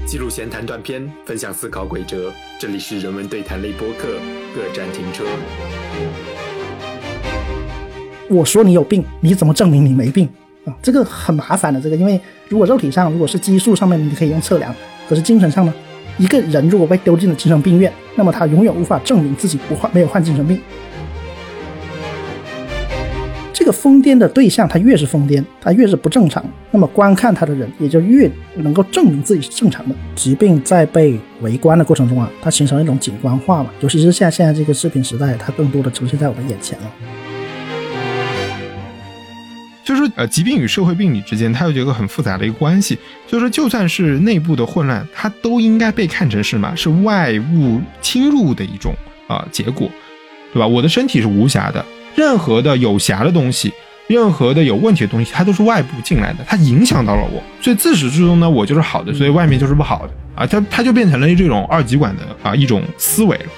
记录闲谈短篇，分享思考轨哲。这里是人文对谈类播客，各站停车。 我说你有病，你怎么证明你没病啊？这个很麻烦的。这个，因为如果肉体上，如果是激素上面你可以用测量，可是精神上呢，一个人如果被丢进了精神病院，那么他永远无法证明自己没有患精神病。这个疯癫的对象他越是疯癫，他越是不正常，那么观看他的人也就越能够证明自己是正常的。疾病在被围观的过程中啊，它形成一种景观化嘛，尤其是现在这个视频时代，它更多的呈现在我们眼前了。 就是说疾病与社会病理之间它有一个很复杂的一个关系，就是说就算是内部的混乱，它都应该被看成是什么？是外物侵入的一种结果，对吧？我的身体是无瑕的，任何的有瑕的东西，任何的有问题的东西，它都是外部进来的，它影响到了我，所以自始至终呢，我就是好的，所以外面就是不好的啊，它就变成了这种二极管的一种思维了。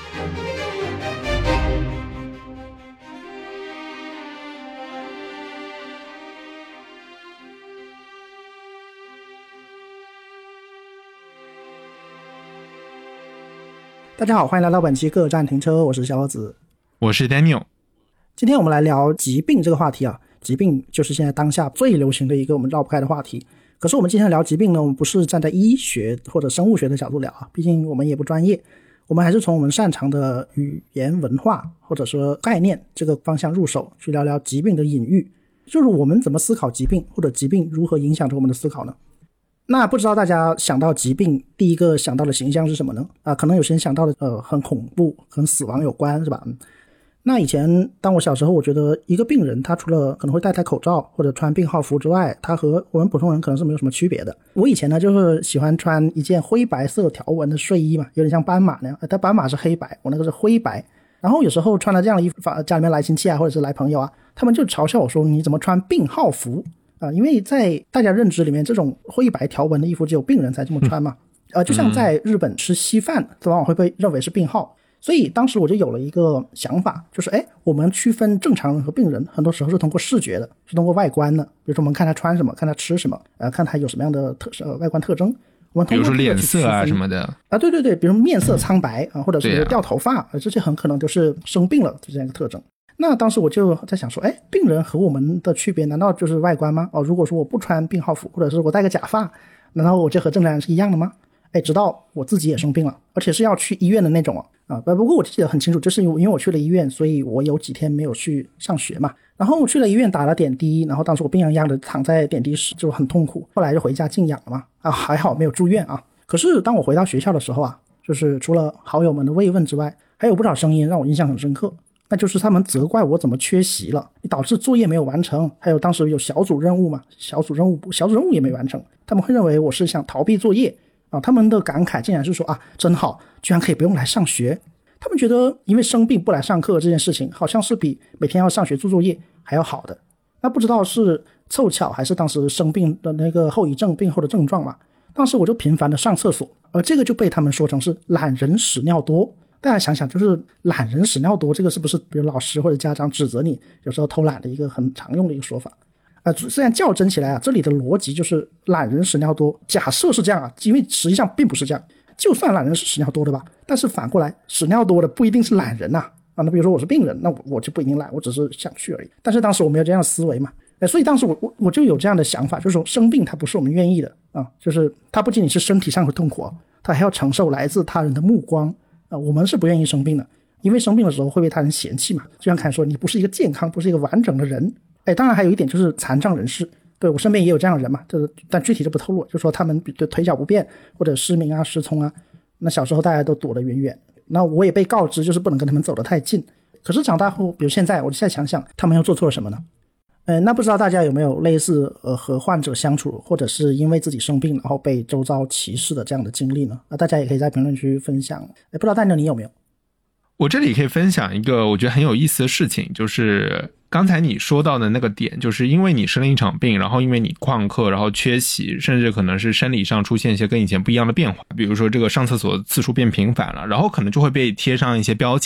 大家好，欢迎来到本期各站停车，我是小伙子， 我是 Daniel。 今天我们来聊疾病这个话题啊，疾病就是现在当下最流行的一个我们绕不开的话题。可是我们今天聊疾病呢，我们不是站在医学或者生物学的角度聊啊，毕竟我们也不专业，我们还是从我们擅长的语言文化或者说概念这个方向入手，去聊聊疾病的隐喻，就是我们怎么思考疾病，或者疾病如何影响着我们的思考呢？那不知道大家想到疾病第一个想到的形象是什么呢？可能有些人想到的很恐怖，跟死亡有关，是吧？那以前当我小时候，我觉得一个病人他除了可能会戴口罩或者穿病号服之外，他和我们普通人可能是没有什么区别的。我以前呢就是喜欢穿一件灰白色条纹的睡衣嘛，有点像斑马那样，但斑马是黑白，我那个是灰白。然后有时候穿了这样的衣服，家里面来亲戚啊，或者是来朋友啊，他们就嘲笑我说你怎么穿病号服因为在大家认知里面，这种灰白条纹的衣服只有病人才这么穿嘛。就像在日本吃稀饭，往往会被认为是病号。所以当时我就有了一个想法，就是我们区分正常人和病人，很多时候是通过视觉的，是通过外观的。比如说我们看他穿什么，看他吃什么，看他有什么样的外观特征。我们通过比如说脸色啊什么的对对对，比如面色苍白或者是掉头发，这些很可能就是生病了这样一个特征。那当时我就在想说，病人和我们的区别难道就是外观吗？如果说我不穿病号服，或者是我戴个假发，难道我就和正常人是一样的吗？直到我自己也生病了，而且是要去医院的那种不过我记得很清楚，就是因为我去了医院，所以我有几天没有去上学嘛。然后我去了医院打了点滴，然后当时我病怏怏的躺在点滴室，就很痛苦。后来就回家静养了嘛，还好没有住院啊。可是当我回到学校的时候就是除了好友们的慰问之外，还有不少声音让我印象很深刻。那就是他们责怪我怎么缺席了，导致作业没有完成，还有当时有小组任务嘛，小组任务也没完成，他们会认为我是想逃避作业他们的感慨竟然是说真好，居然可以不用来上学。他们觉得因为生病不来上课这件事情好像是比每天要上学做作业还要好的。那不知道是凑巧还是当时生病的那个后遗症，病后的症状嘛，当时我就频繁的上厕所，而这个就被他们说成是懒人屎尿多。大家想想，就是懒人屎尿多，这个是不是比如老师或者家长指责你有时候偷懒的一个很常用的一个说法虽然较真起来这里的逻辑就是懒人屎尿多，假设是这样因为实际上并不是这样。就算懒人是屎尿多的吧，但是反过来屎尿多的不一定是懒人那比如说我是病人，那我就不一定懒，我只是想去而已。但是当时我没有这样的思维嘛所以当时我就有这样的想法，就是说生病它不是我们愿意的就是它不仅仅是身体上的痛苦它还要承受来自他人的目光我们是不愿意生病的，因为生病的时候会被他人嫌弃嘛。就像凯说，你不是一个健康，不是一个完整的人当然还有一点就是残障人士，对，我身边也有这样的人嘛，但具体就不透露，就说他们对腿脚不便或者失明失聪那小时候大家都躲得远远，那我也被告知就是不能跟他们走得太近。可是长大后，比如现在，我现在想想他们又做错了什么呢？那不知道大家有没有类似和患者相处，或者是因为自己生病然后被周遭歧视的这样的经历呢？大家也可以在评论区分享。不知道Daniel你有没有？ 我这里可以分享一个我觉得很有意思的事情，就是刚才你说到的那个点，就是因为你生了一场病，然后因为你旷课，然后缺席，甚至可能是生理上出现一些跟以前不一样的变化，比如说这个上厕所的次数变频繁了，然后可能就会被贴上一些标签。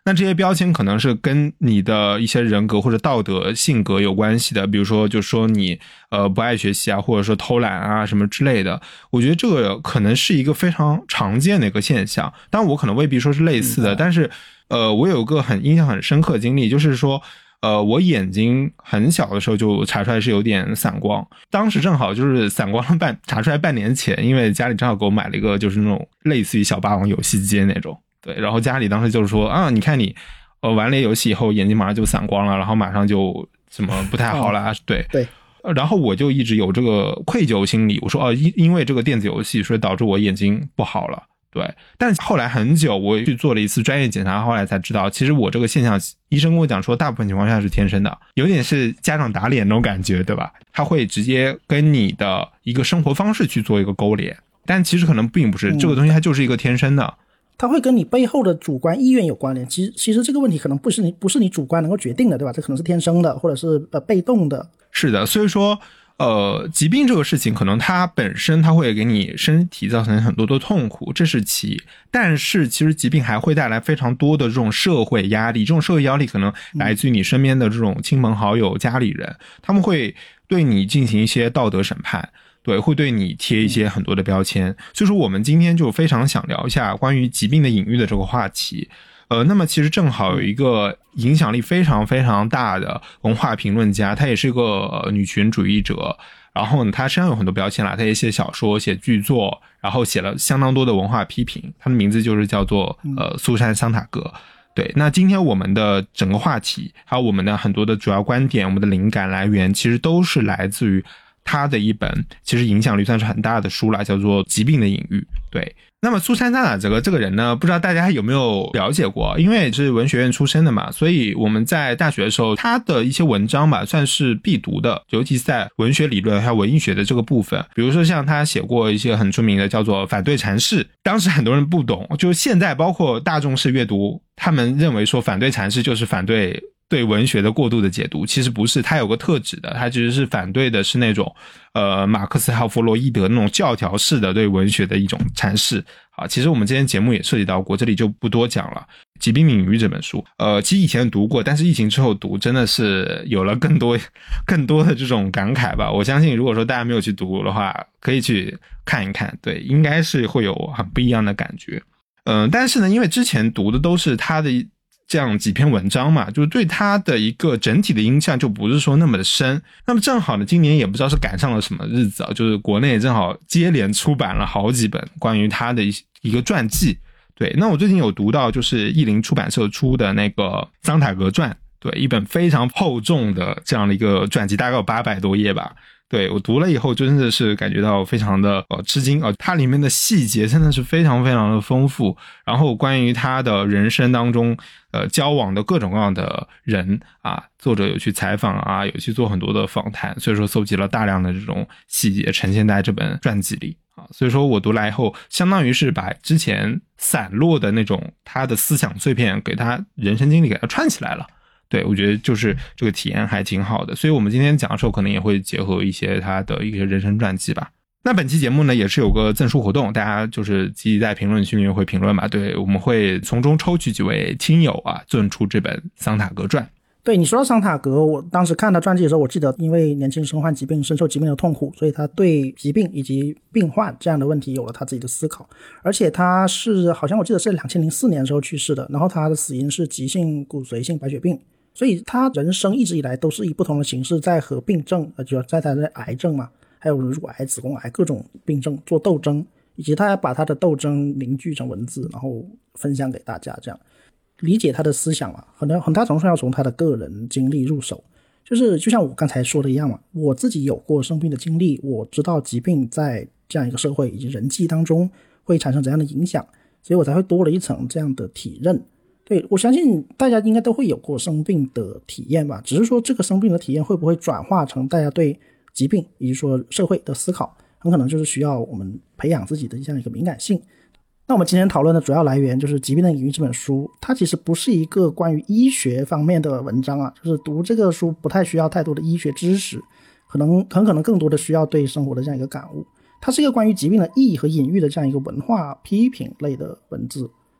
那这些标签可能是跟你的一些人格或者道德性格有关系的，比如说就说你不爱学习啊，或者说偷懒啊什么之类的。我觉得这个可能是一个非常常见的一个现象，当然我可能未必说是类似的，但是我有个印象很深刻的经历，就是说我眼睛很小的时候就查出来是有点散光，当时正好就是散光查出来半年前，因为家里正好给我买了一个就是那种类似于小霸王游戏机那种，对，然后家里当时就是说啊，你看你玩了游戏以后眼睛马上就散光了，然后马上就什么不太好了，对。然后我就一直有这个愧疚心理，我说因为这个电子游戏所以导致我眼睛不好了，对。但后来很久我去做了一次专业检查，后来才知道其实我这个现象医生跟我讲说大部分情况下是天生的，有点是家长打脸那种感觉，对吧？他会直接跟你的一个生活方式去做一个勾连，但其实可能并不是，这个东西它就是一个天生的， 它会跟你背后的主观意愿有关联。其实这个问题可能不是你主观能够决定的，对吧？这可能是天生的，或者是被动的。 是的，所以说疾病这个事情可能它本身它会给你身体造成很多的痛苦，这是其一，但是其实疾病还会带来非常多的这种社会压力，这种社会压力可能来自于你身边的这种亲朋好友家里人，他们会对你进行一些道德审判，对，会对你贴一些很多的标签。所以说我们今天就非常想聊一下关于疾病的隐喻的这个话题。那么其实正好有一个影响力非常非常大的文化评论家，他也是一个女权主义者，然后呢他身上有很多标签啦，他也写小说写剧作，然后写了相当多的文化批评，他的名字就是叫做苏珊·桑塔格。对，那今天我们的整个话题还有我们的很多的主要观点，我们的灵感来源其实都是来自于他的一本其实影响力算是很大的书啦，叫做《疾病的隐喻》。对，那么苏珊·桑塔格这个人呢，不知道大家有没有了解过，因为是文学院出身的嘛，所以我们在大学的时候他的一些文章吧算是必读的，尤其是在文学理论还有文艺学的这个部分。比如说像他写过一些很出名的叫做反对阐释，当时很多人不懂，就现在包括大众式阅读，他们认为说反对阐释就是反对文学的过度的解读，其实不是，它有个特质的，它其实是反对的是那种马克思还有弗洛伊德那种教条式的对文学的一种阐释。好，其实我们今天节目也涉及到过，这里就不多讲了。疾病隐喻这本书其实以前读过，但是疫情之后读真的是有了更多的这种感慨吧。我相信如果说大家没有去读的话，可以去看一看，对，应该是会有很不一样的感觉。但是呢因为之前读的都是他的这样几篇文章嘛，就是对他的一个整体的印象就不是说那么的深。那么正好呢今年也不知道是赶上了什么日子啊，就是国内正好接连出版了好几本关于他的一个传记。对，那我最近有读到就是译林出版社出的那个桑塔格传，对，一本非常厚重的这样的一个传记，大概有800多页吧。对，我读了以后真的是感觉到非常的吃惊它里面的细节真的是非常非常的丰富，然后关于他的人生当中交往的各种各样的人啊，作者有去采访啊，有去做很多的访谈，所以说搜集了大量的这种细节呈现在这本传记里啊。所以说我读来以后相当于是把之前散落的那种他的思想碎片给他人生经历给他串起来了。对，我觉得就是这个体验还挺好的，所以我们今天讲的时候可能也会结合一些他的一个人生传记吧。那本期节目呢也是有个赠书活动，大家就是积极在评论区里面会评论吧。对，我们会从中抽取几位听友啊，赠出这本桑塔格传。 对，你说到桑塔格，我当时看他传记的时候，我记得因为年轻身患疾病，深受疾病的痛苦，所以他对疾病以及病患这样的问题有了他自己的思考。而且他是好像我记得是2004年的时候去世的，然后他的死因是急性骨髓性白血病。所以他人生一直以来都是以不同的形式在和病症就在他的癌症嘛，还有乳癌子宫癌各种病症做斗争，以及他把他的斗争凝聚成文字然后分享给大家，这样理解他的思想嘛，很大程度上要从他的个人经历入手。就像我刚才说的一样嘛，我自己有过生病的经历，我知道疾病在这样一个社会以及人际当中会产生怎样的影响，所以我才会多了一层这样的体认。对，我相信大家应该都会有过生病的体验吧，只是说这个生病的体验会不会转化成大家对疾病以及说社会的思考，很可能就是需要我们培养自己的这样一个敏感性。那我们今天讨论的主要来源就是《疾病的隐喻》这本书，它其实不是一个关于医学方面的文章啊，就是读这个书不太需要太多的医学知识，很可能更多的需要对生活的这样一个感悟。它是一个关于疾病的意义和隐喻的这样一个文化批评类的文字。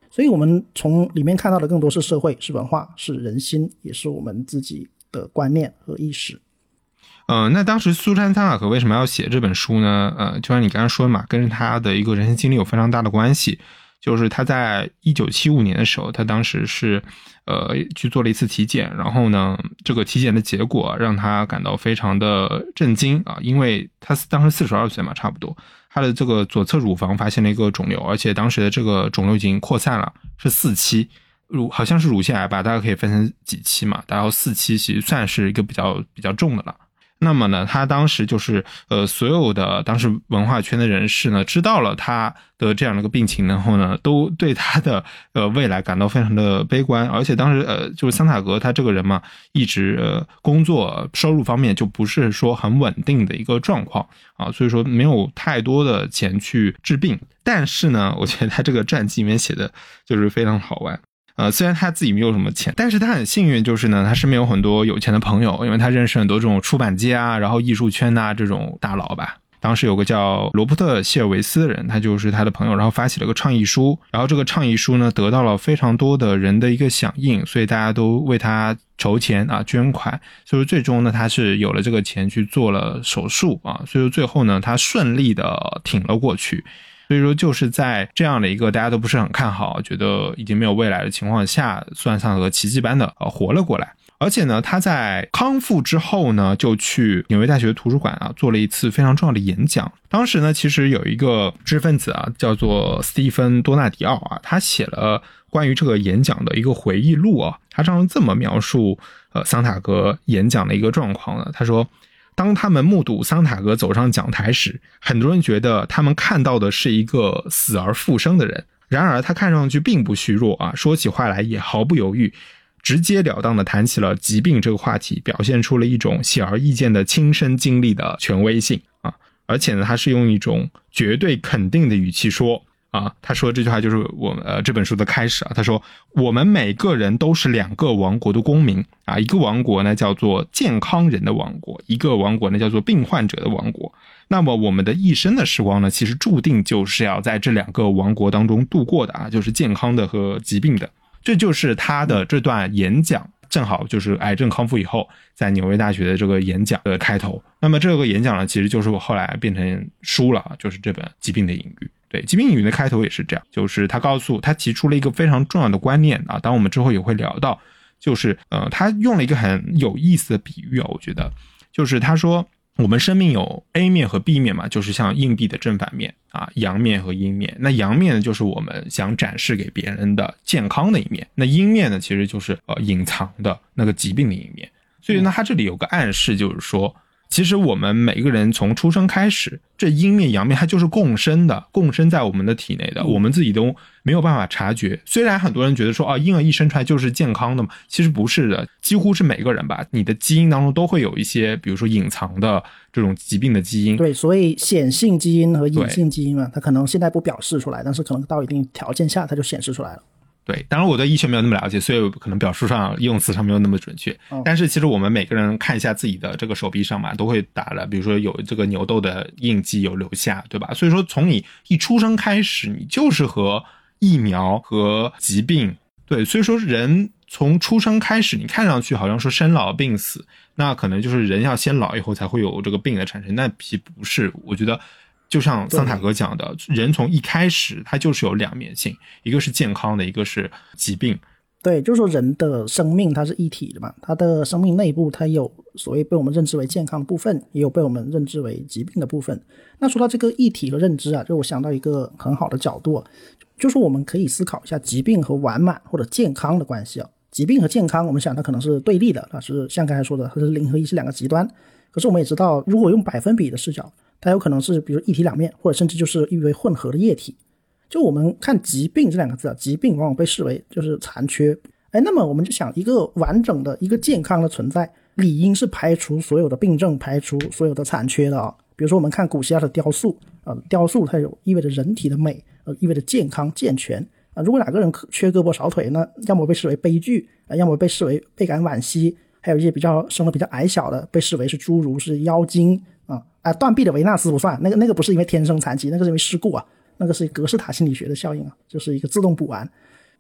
所以我们从里面看到的更多是社会，是文化，是人心，也是我们自己的观念和意识。 那当时苏珊·桑塔格为什么要写这本书呢？就像你刚才说的嘛，跟他的一个人生经历有非常大的关系。就是他在1975年的时候，他当时是去做了一次体检，然后呢，这个体检的结果让他感到非常的震惊啊，因为他当时42岁嘛，差不多，他的这个左侧乳房发现了一个肿瘤，而且当时的这个肿瘤已经扩散了，是4期，好像是乳腺癌吧，大家可以分成几期嘛，大概4期其实算是一个比较重的了。那么呢，他当时就是所有的当时文化圈的人士呢，知道了他的这样的一个病情，然后呢，都对他的未来感到非常的悲观。而且当时就是桑塔格他这个人嘛，一直工作收入方面就不是说很稳定的一个状况啊，所以说没有太多的钱去治病。但是呢，我觉得他这个传记里面写的就是非常好玩。虽然他自己没有什么钱，但是他很幸运，就是呢，他身边有很多有钱的朋友，因为他认识很多这种出版界啊，然后艺术圈啊这种大佬吧。当时有个叫罗伯特·谢尔维斯的人，他就是他的朋友，然后发起了个倡议书，然后这个倡议书呢得到了非常多的人的一个响应，所以大家都为他筹钱啊，捐款，所以最终呢他是有了这个钱去做了手术啊，所以最后呢他顺利的挺了过去。所以说就是在这样的一个大家都不是很看好，觉得已经没有未来的情况下，苏珊·桑塔格奇迹般的活了过来。而且呢，他在康复之后呢，就去纽约大学图书馆啊做了一次非常重要的演讲。当时呢，其实有一个知识分子啊，叫做斯蒂芬·多纳迪奥啊，他写了关于这个演讲的一个回忆录啊，他上这么描述桑塔格演讲的一个状况呢，他说，当他们目睹桑塔格走上讲台时，很多人觉得他们看到的是一个死而复生的人，然而他看上去并不虚弱啊，说起话来也毫不犹豫，直截了当地谈起了疾病这个话题，表现出了一种显而易见的亲身经历的权威性啊！而且呢，他是用一种绝对肯定的语气说啊，他说这句话就是我们这本书的开始啊，他说我们每个人都是2个王国的公民啊，一个王国呢叫做健康人的王国，一个王国呢叫做病患者的王国。那么我们的一生的时光呢，其实注定就是要在这2个王国当中度过的啊，就是健康的和疾病的。这就是他的这段演讲，正好就是癌症康复以后在纽约大学的这个演讲的开头。那么这个演讲呢，其实就是我后来变成书了，就是这本《疾病的隐喻》。对，《疾病隐喻》的开头也是这样，就是他提出了一个非常重要的观念啊，当我们之后也会聊到，就是他用了一个很有意思的比喻啊，我觉得就是他说我们生命有 A 面和 B 面嘛，就是像硬币的正反面啊，阳面和阴面。那阳面呢，就是我们想展示给别人的健康的一面，那阴面呢，其实就是隐藏的那个疾病的一面。所以呢，他这里有个暗示，就是说其实我们每个人从出生开始，这阴面阳面它就是共生在我们的体内的，我们自己都没有办法察觉。虽然很多人觉得说婴儿一生出来就是健康的嘛，其实不是的，几乎是每个人吧，你的基因当中都会有一些比如说隐藏的这种疾病的基因。 对，所以显性基因和隐性基因嘛，它可能现在不表示出来，但是可能到一定条件下它就显示出来了。 对，当然我对医学没有那么了解，所以可能表述上用词上没有那么准确。但是其实我们每个人看一下自己的这个手臂上嘛，都会打了，比如说有这个牛痘的印记有留下，对吧？所以说从你一出生开始，你就是和疫苗和疾病，对，所以说人从出生开始，你看上去好像说生老病死，那可能就是人要先老以后才会有这个病的产生，那其实不是，我觉得。就像桑塔格讲的，人从一开始他就是有2面性，一个是健康的，一个是疾病。 对，就是说人的生命它是一体的嘛，他的生命内部它有所谓被我们认知为健康的部分，也有被我们认知为疾病的部分。那说到这个一体和认知啊，就我想到一个很好的角度，就是我们可以思考一下疾病和完满或者健康的关系啊。疾病和健康我们想它可能是对立的，它是像刚才说的，它是0和1是2个极端。可是我们也知道，如果用百分比的视角，它有可能是比如一体2面，或者甚至就是誉为混合的液体。就我们看疾病这2个字啊，疾病往往被视为就是残缺。那么我们就想，一个完整的一个健康的存在，理应是排除所有的病症，排除所有的残缺的啊。比如说我们看古希腊的雕塑雕塑它有意味着人体的美，意味着健康健全如果哪个人缺胳膊少腿，那要么被视为悲剧要么被视为倍感惋惜，还有一些生得比较矮小的被视为是侏儒，是妖精断臂的维纳斯不算，那个不是因为天生残疾，那个是因为事故那个是格式塔心理学的效应就是一个自动补完。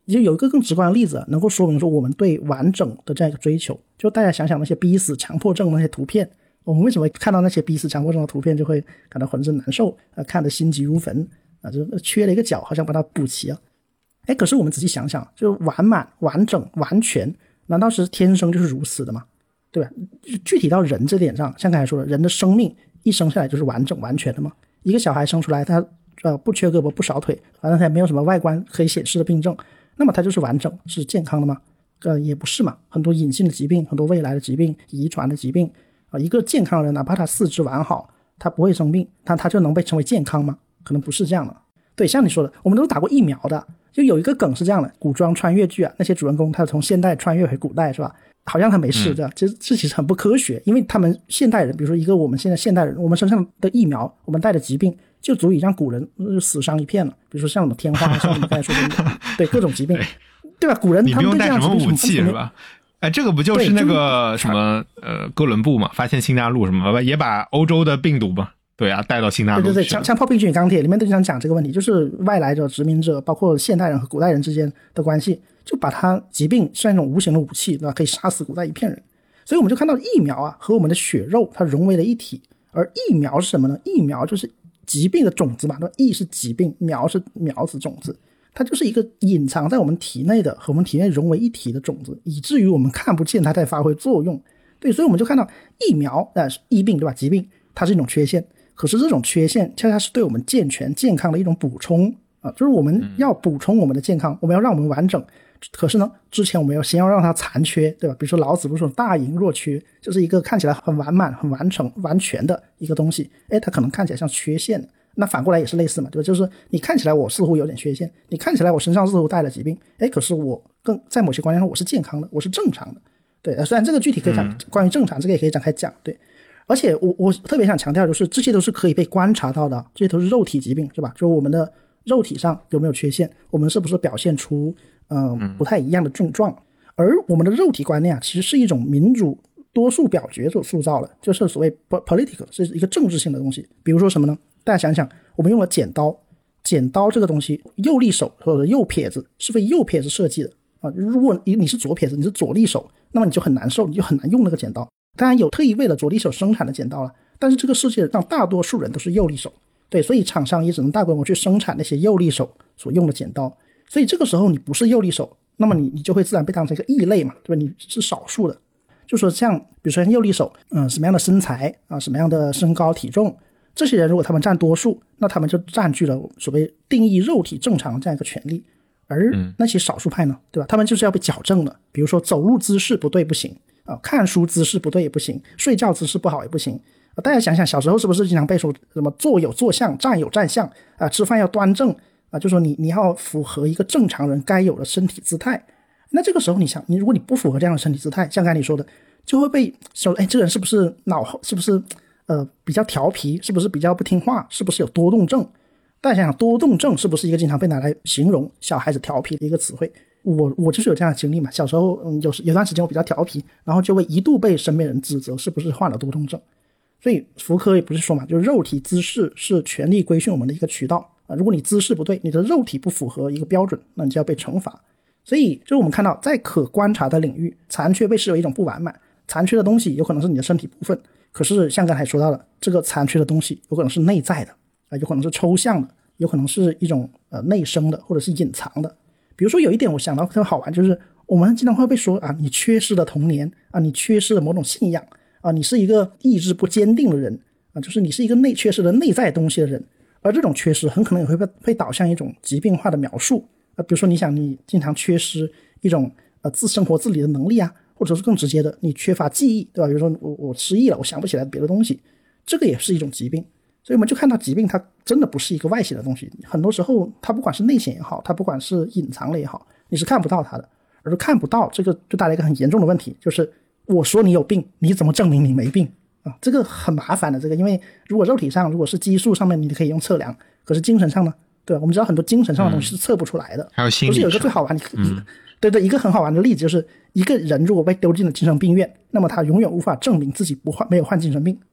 就有一个更直观的例子能够说明说我们对完整的这样一个追求。就大家想想那些逼死强迫症的那些图片，我们为什么看到那些逼死强迫症的图片就会感到浑身难受，看得心急如焚啊，就缺了一个角好像把它补齐啊。可是我们仔细想想，就完满完整完全难道是天生就是如此的吗？对吧？具体到人这点上，像刚才说的，人的生命一生下来就是完整完全的吗？一个小孩生出来他不缺胳膊不少腿，反正他也没有什么外观可以显示的病症，那么他就是完整是健康的吗？也不是嘛，很多隐性的疾病，很多未来的疾病，遗传的疾病一个健康的人哪怕他四肢完好，他不会生病，他就能被称为健康吗？可能不是这样的。对，像你说的，我们都打过疫苗的，就有一个梗是这样的，古装穿越剧那些主人公他从现代穿越回古代是吧？好像他没事的，这其实很不科学，因为他们现代人，比如说一个我们现在现代人，我们身上的疫苗，我们带的疾病就足以让古人死伤一片了。比如说像什么天花，像我们刚才说的，对各种疾病，对吧？古人他们对这样你不用带什么武器是吧？这个不就是那个什么哥伦布嘛，发现新大陆什么，也把欧洲的病毒嘛，对啊，带到新大陆去。 对，像炮兵军与钢铁里面都经常讲这个问题，就是外来者、殖民者，包括现代人和古代人之间的关系，就把它疾病像一种无形的武器，对吧？可以杀死古代一片人。所以我们就看到疫苗和我们的血肉它融为了一体。而疫苗是什么呢？疫苗就是疾病的种子嘛，对吧？疫是疾病，苗是苗子种子，它就是一个隐藏在我们体内的和我们体内融为一体的种子，以至于我们看不见它在发挥作用。对，所以我们就看到疫苗疫病对吧？疾病它是一种缺陷，可是这种缺陷恰恰是对我们健全健康的一种补充就是我们要补充我们的健康，我们要让我们完整。可是呢，之前我们先要让它残缺，对吧？比如说老子不是说大盈若缺，就是一个看起来很完满、很完整、完全的一个东西，它可能看起来像缺陷的。那反过来也是类似嘛，对吧？就是你看起来我似乎有点缺陷，你看起来我身上似乎带了疾病，可是我在某些观念上我是健康的，我是正常的。对，虽然这个具体可以讲关于正常，这个也可以展开讲。对，而且我特别想强调，就是这些都是可以被观察到的，这些都是肉体疾病，是吧？就是我们的肉体上有没有缺陷，我们是不是表现出不太一样的症状。而我们的肉体观念其实是一种民主多数表决所塑造的，就是所谓 political， 是一个政治性的东西。比如说什么呢？大家想想，我们用了剪刀，剪刀这个东西，右利手或者右撇子是为右撇子设计的如果你是左撇子，你是左利手，那么你就很难受，你就很难用那个剪刀。当然有特意为了左利手生产的剪刀了，但是这个世界上大多数人都是右利手，对，所以厂商也只能大规模去生产那些右利手所用的剪刀。所以这个时候你不是右利手，那么你就会自然被当成一个异类嘛，对吧？你是少数的。就说像比如说右利手什么样的身材什么样的身高体重，这些人如果他们占多数，那他们就占据了所谓定义肉体正常这样一个权利。而那些少数派呢，对吧？他们就是要被矫正的，比如说走路姿势不对不行看书姿势不对也不行，睡觉姿势不好也不行大家想想小时候是不是经常被说什么坐有坐相，站有站相吃饭要端正就说你要符合一个正常人该有的身体姿态。那这个时候你想，如果你不符合这样的身体姿态，像刚才你说的，就会被说这个人是不是是不是比较调皮，是不是比较不听话，是不是有多动症。大家想想，多动症是不是一个经常被拿来形容小孩子调皮的一个词汇？我就是有这样的经历嘛。小时候有段时间我比较调皮，然后就会一度被身边人指责是不是患了多动症。所以福柯也不是说嘛，就是肉体姿势是权力规训我们的一个渠道如果你姿势不对，你的肉体不符合一个标准，那你就要被惩罚。所以就是我们看到在可观察的领域，残缺被视为一种不完满，残缺的东西有可能是你的身体部分，可是像刚才说到的，这个残缺的东西有可能是内在的有可能是抽象的，有可能是一种内生的，或者是隐藏的。比如说有一点我想到特别好玩，就是我们经常会被说你缺失了童年你缺失了某种信仰你是一个意志不坚定的人就是你是一个缺失了内在东西的人。而这种缺失很可能也会导向一种疾病化的描述比如说你想你经常缺失一种生活自理的能力或者是更直接的你缺乏记忆，对吧？比如说我失忆了，我想不起来别的东西，这个也是一种疾病。所以我们就看到疾病它真的不是一个外显的东西，很多时候它不管是内显也好，它不管是隐藏了也好，你是看不到它的。而看不到这个就带来一个很严重的问题，就是我说你有病，你怎么证明你没病这个很麻烦的。这个因为如果肉体上如果是激素上面你可以用测量，可是精神上呢，对吧？我们知道很多精神上的东西是测不出来的还有心理上。 不是有一个最好玩对，一个很好玩的例子，就是一个人如果被丢进了精神病院，那么他永远无法证明自己没有患精神病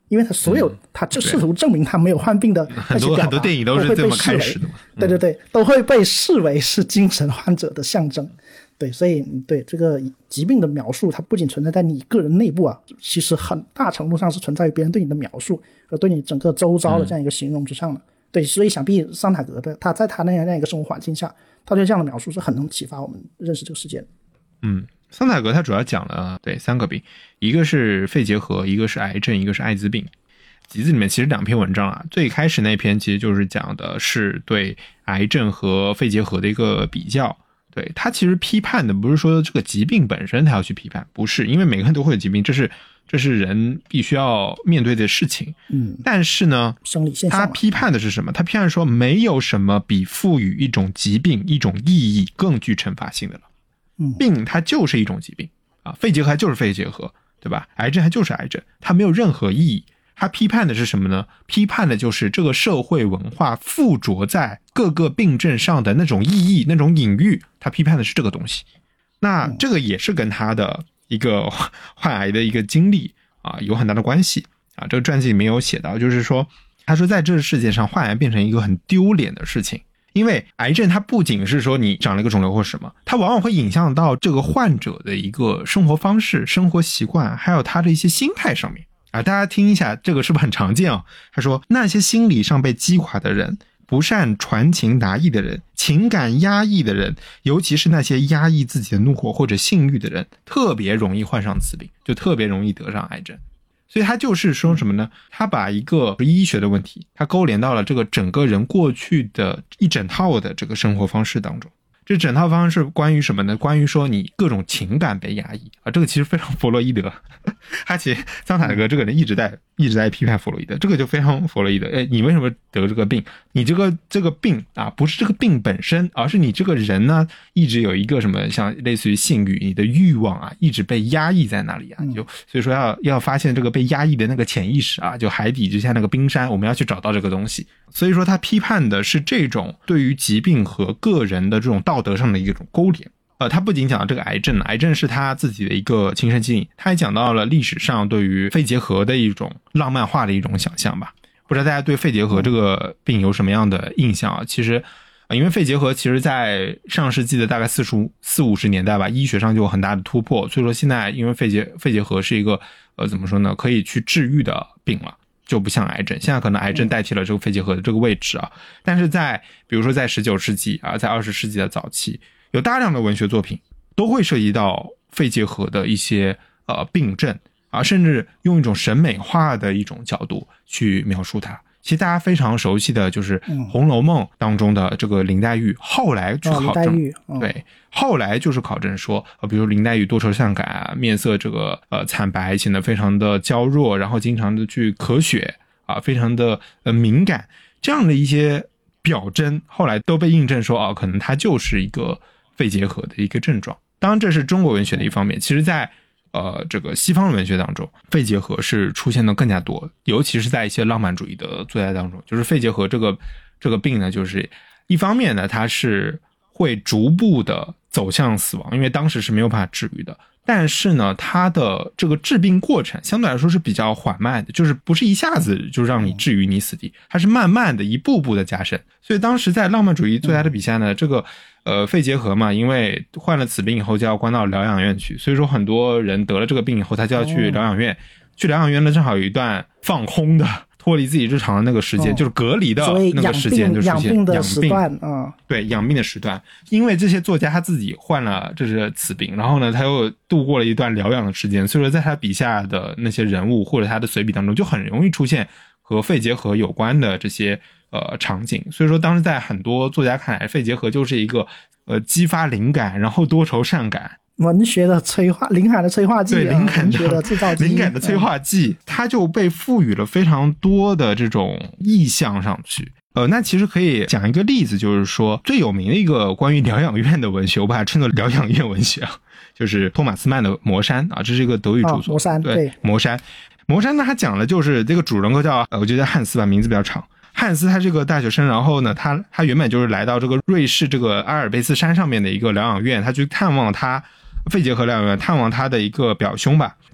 因为他所有他就试图证明他没有患病的那些表达， 很多电影都是这么开始的嘛。 对对对，都会被视为是精神患者的象征。对，所以对这个疾病的描述，它不仅存在在你个人内部啊，其实很大程度上是存在于别人对你的描述和对你整个周遭的这样一个形容之上的。对，所以想必桑塔格的他在他那样一个生活环境下，他对这样的描述是很能启发我们认识这个世界的。 桑塔格他主要讲了3个病，一个是肺结核，一个是癌症，一个是艾滋病。集子里面其实2篇文章啊，最开始那篇其实就是讲的是对癌症和肺结核的一个比较。对，他其实批判的不是说这个疾病本身他要去批判，不是，因为每个人都会有疾病，这是人必须要面对的事情。但是呢， 生理现象他批判的是什么？他批判说没有什么比赋予一种疾病一种意义更具惩罚性的了。病它就是一种疾病啊，肺结核就是肺结核，对吧？癌症它就是癌症，它没有任何意义。他批判的是什么呢？批判的就是这个社会文化附着在各个病症上的那种意义、那种隐喻，他批判的是这个东西。那这个也是跟他的一个患癌的一个经历啊有很大的关系啊。这个传记里面有写到，就是说，他说在这个世界上，患癌变成一个很丢脸的事情。因为癌症它不仅是说你长了一个肿瘤或什么，它往往会影响到这个患者的一个生活方式、生活习惯，还有他的一些心态上面。大家听一下，这个是不是很常见啊？他说，那些心理上被击垮的人，不善传情达意的人，情感压抑的人，尤其是那些压抑自己的怒火或者性欲的人，特别容易患上此病，就特别容易得上癌症。所以他就是说什么呢？他把一个医学的问题，他勾连到了这个整个人过去的一整套的这个生活方式当中。这整套方式关于什么呢？关于说你各种情感被压抑啊，这个其实非常弗洛伊德。他其实桑塔格这个人一直在批判弗洛伊德，这个就非常弗洛伊德。你为什么得这个病？你这个病啊，不是这个病本身，而是你这个人呢，一直有一个什么像类似于性欲，你的欲望啊，一直被压抑在那里啊。就所以说要发现这个被压抑的那个潜意识啊，就海底就像那个冰山，我们要去找到这个东西。所以说他批判的是这种对于疾病和个人的这种道德上的一种勾连。他不仅讲到这个癌症，癌症是他自己的一个亲身经历，他也讲到了历史上对于肺结核的一种浪漫化的一种想象吧。不知道大家对肺结核这个病有什么样的印象啊？其实因为肺结核其实在上世纪的大概40-50年代吧，医学上就有很大的突破，所以说现在因为肺结核是一个怎么说呢，可以去治愈的病了，就不像癌症，现在可能癌症代替了这个肺结核的这个位置啊。但是比如说在19世纪啊，在20世纪的早期，有大量的文学作品都会涉及到肺结核的一些病症啊，甚至用一种审美化的一种角度去描述它。其实大家非常熟悉的就是《红楼梦》当中的这个林黛玉，后来去考证，对，后来就是考证说，比如林黛玉多愁善感啊，面色这个惨白，显得非常的娇弱，然后经常的去咳血啊，非常的敏感，这样的一些表征，后来都被印证说可能它就是一个肺结核的一个症状。当然这是中国文学的一方面，其实在这个西方的文学当中，肺结核是出现的更加多，尤其是在一些浪漫主义的作家当中，就是肺结核这个病呢，就是一方面呢，它是会逐步的走向死亡，因为当时是没有办法治愈的。但是呢，它的这个治病过程相对来说是比较缓慢的，就是不是一下子就让你治愈你死地，它是慢慢的一步步的加深。所以当时在浪漫主义作家的笔下呢，这个肺结核嘛，因为患了此病以后就要关到疗养院去，所以说很多人得了这个病以后，他就要去疗养院。去疗养院呢，正好有一段放空的脱离自己日常的那个时间，就是隔离的那个时间，就是养病的时段啊。 对，养病的时段。因为这些作家他自己患了就是此病，然后呢他又度过了一段疗养的时间，所以说在他笔下的那些人物或者他的随笔当中，就很容易出现和肺结核有关的这些场景。所以说当时在很多作家看来，肺结核就是一个激发灵感，然后多愁善感。 文学的催化，灵感的催化剂， 对，灵感的制造剂， 灵感的催化剂，它就被赋予了非常多的这种意象上去。那其实可以讲一个例子，就是说最有名的一个关于疗养院的文学，我把它称作疗养院文学，就是托马斯曼的《魔山》啊，这是一个德语著作。 魔山，对， 魔山。魔山呢，它讲的就是这个主人公叫我觉得汉斯吧，名字比较长。汉斯他是个大学生，然后呢，他原本就是来到这个瑞士这个阿尔卑斯山上面的一个疗养院，他去探望他肺结核疗养院，探望他的一个表兄吧。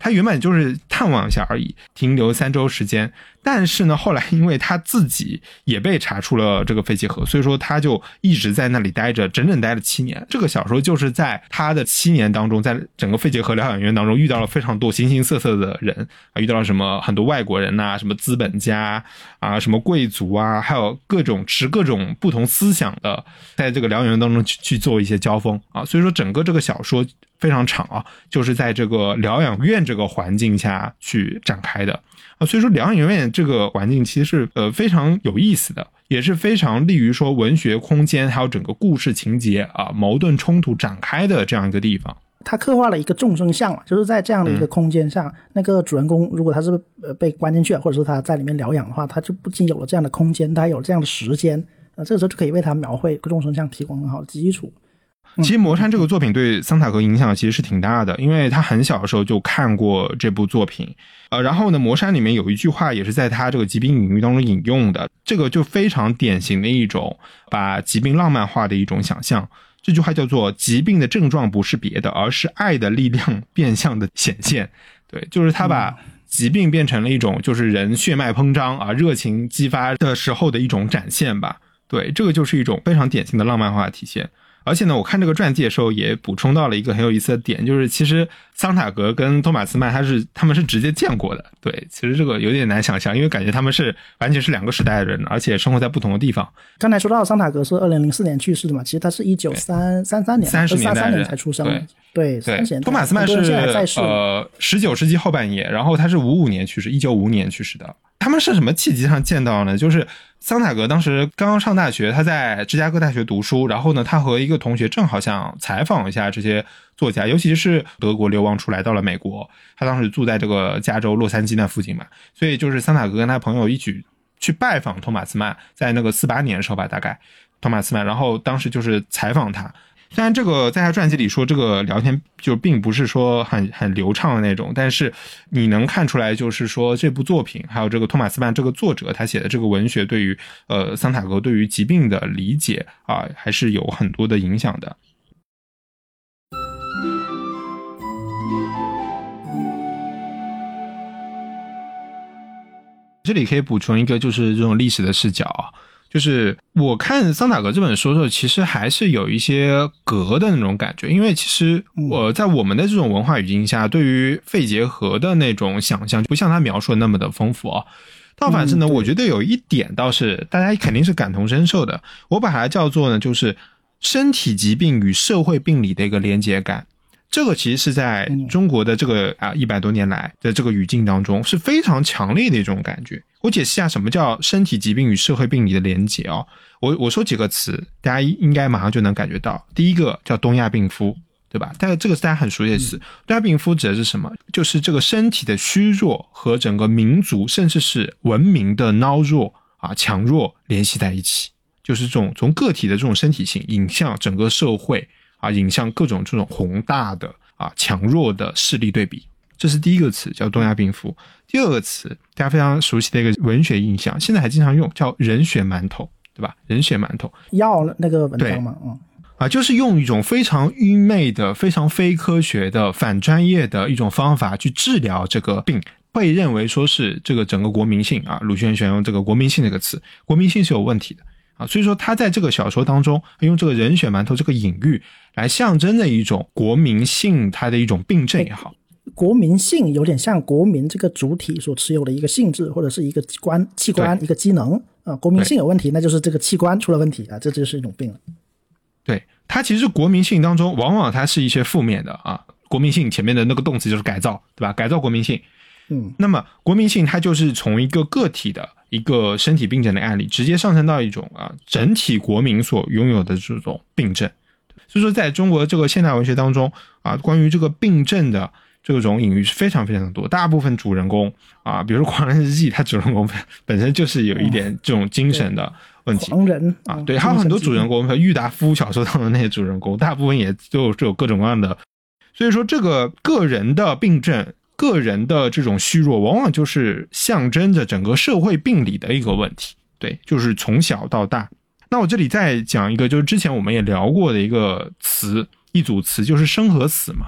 他原本就是探望一下而已，停留3周时间。但是呢，后来因为他自己也被查出了这个肺结核，所以说他就一直在那里待着，整整待了7年。这个小说就是在他的7年当中，在整个肺结核疗养院当中遇到了非常多形形色色的人啊，遇到了什么很多外国人啊，什么资本家啊，什么贵族啊，还有各种持各种不同思想的，在这个疗养院当中去做一些交锋啊。所以说整个这个小说非常长啊，就是在这个疗养院这个环境下去展开的啊。所以说疗养院这个环境其实是非常有意思的，也是非常利于说文学空间还有整个故事情节啊矛盾冲突展开的这样一个地方。 他刻画了一个众生相，就是在这样的一个空间上，那个主人公如果他是被关进去，或者说他在里面疗养的话，他就不仅有了这样的空间，他有这样的时间，这个时候就可以为他描绘众生相提供很好的基础。 其实《魔山》这个作品对桑塔格影响其实是挺大的，因为他很小的时候就看过这部作品。然后呢，《魔山》里面有一句话也是在他这个疾病隐喻当中引用的，这个就非常典型的一种把疾病浪漫化的一种想象。这句话叫做疾病的症状不是别的，而是爱的力量变相的显现。对，就是他把疾病变成了一种就是人血脉膨胀啊，热情激发的时候的一种展现吧。对，这个就是一种非常典型的浪漫化的体现。而且呢，我看这个传记的时候也补充到了一个很有意思的点，就是其实桑塔格跟托马斯曼他们是直接见过的。对，其实这个有点难想象，因为感觉他们是完全是2个时代的人，而且生活在不同的地方。 刚才说到桑塔格是2004年去世的嘛，其实他是1933年 30年代人才出生的。对 ，30年代。托马斯曼是19世纪后半叶，然后他是55年去世，1955年去世的。他们是什么契机上见到呢？就是桑塔格当时刚刚上大学，他在芝加哥大学读书，然后呢，他和一个同学正好想采访一下这些作家，尤其是德国流亡出来到了美国，他当时住在这个加州洛杉矶那附近嘛，所以就是桑塔格跟他朋友一起去拜访托马斯曼，在那个48年的时候吧，大概托马斯曼，然后当时就是采访他。虽然这个在他传记里说这个聊天就并不是说很流畅的那种，但是你能看出来就是说这部作品还有这个托马斯曼这个作者他写的这个文学对于桑塔格对于疾病的理解啊还是有很多的影响的。这里可以补充一个就是这种历史的视角啊，就是我看桑塔格这本书的时候其实还是有一些隔的那种感觉，因为其实在我们的这种文化语境下对于肺结核的那种想象不像他描述的那么的丰富啊。倒反是呢，我觉得有一点倒是大家肯定是感同身受的，我把它叫做呢就是身体疾病与社会病理的一个连结感。这个其实是在中国的这个100多年来的这个语境当中是非常强烈的一种感觉。我解释一下什么叫身体疾病与社会病理的连结哦。我说几个词，大家应该马上就能感觉到。第一个叫东亚病夫，对吧？但这个是大家很熟悉的词。东亚病夫指的是什么？就是这个身体的虚弱和整个民族甚至是文明的孬弱啊强弱联系在一起，就是这种从个体的这种身体性引向整个社会啊，引向各种这种宏大的强弱的势力对比。这是第一个词，叫东亚病夫。第二个词，大家非常熟悉的一个文学印象，现在还经常用，叫人血馒头，对吧？人血馒头， 药那个文章嘛， 就是用一种非常愚昧的、非常非科学的、反专业的一种方法去治疗这个病，被认为说是这个整个国民性啊。鲁迅选用这个国民性这个词，国民性是有问题的。所以说他在这个小说当中用这个人血馒头这个隐喻来象征的一种国民性，它的一种病症也好。 国民性有点像国民这个主体所持有的一个性质或者是一个器官一个机能国民性有问题，那就是这个器官出了问题这就是一种病了。 对，它其实国民性当中往往它是一些负面的国民性前面的那个动词就是改造，对吧？改造国民性。那么国民性它就是从一个个体的一个身体病症的案例直接上升到一种整体国民所拥有的这种病症。所以说在中国这个现代文学当中关于这个病症的这种隐喻是非常非常多。大部分主人公比如说狂人日记，他主人公本身就是有一点这种精神的问题。 狂人对，还有很多主人公，郁达夫小说当中的那些主人公大部分也就有各种各样的。所以说这个个人的病症，个人的这种虚弱往往就是象征着整个社会病理的一个问题。对，就是从小到大。那我这里再讲一个，就是之前我们也聊过的一个词，一组词，就是生和死嘛。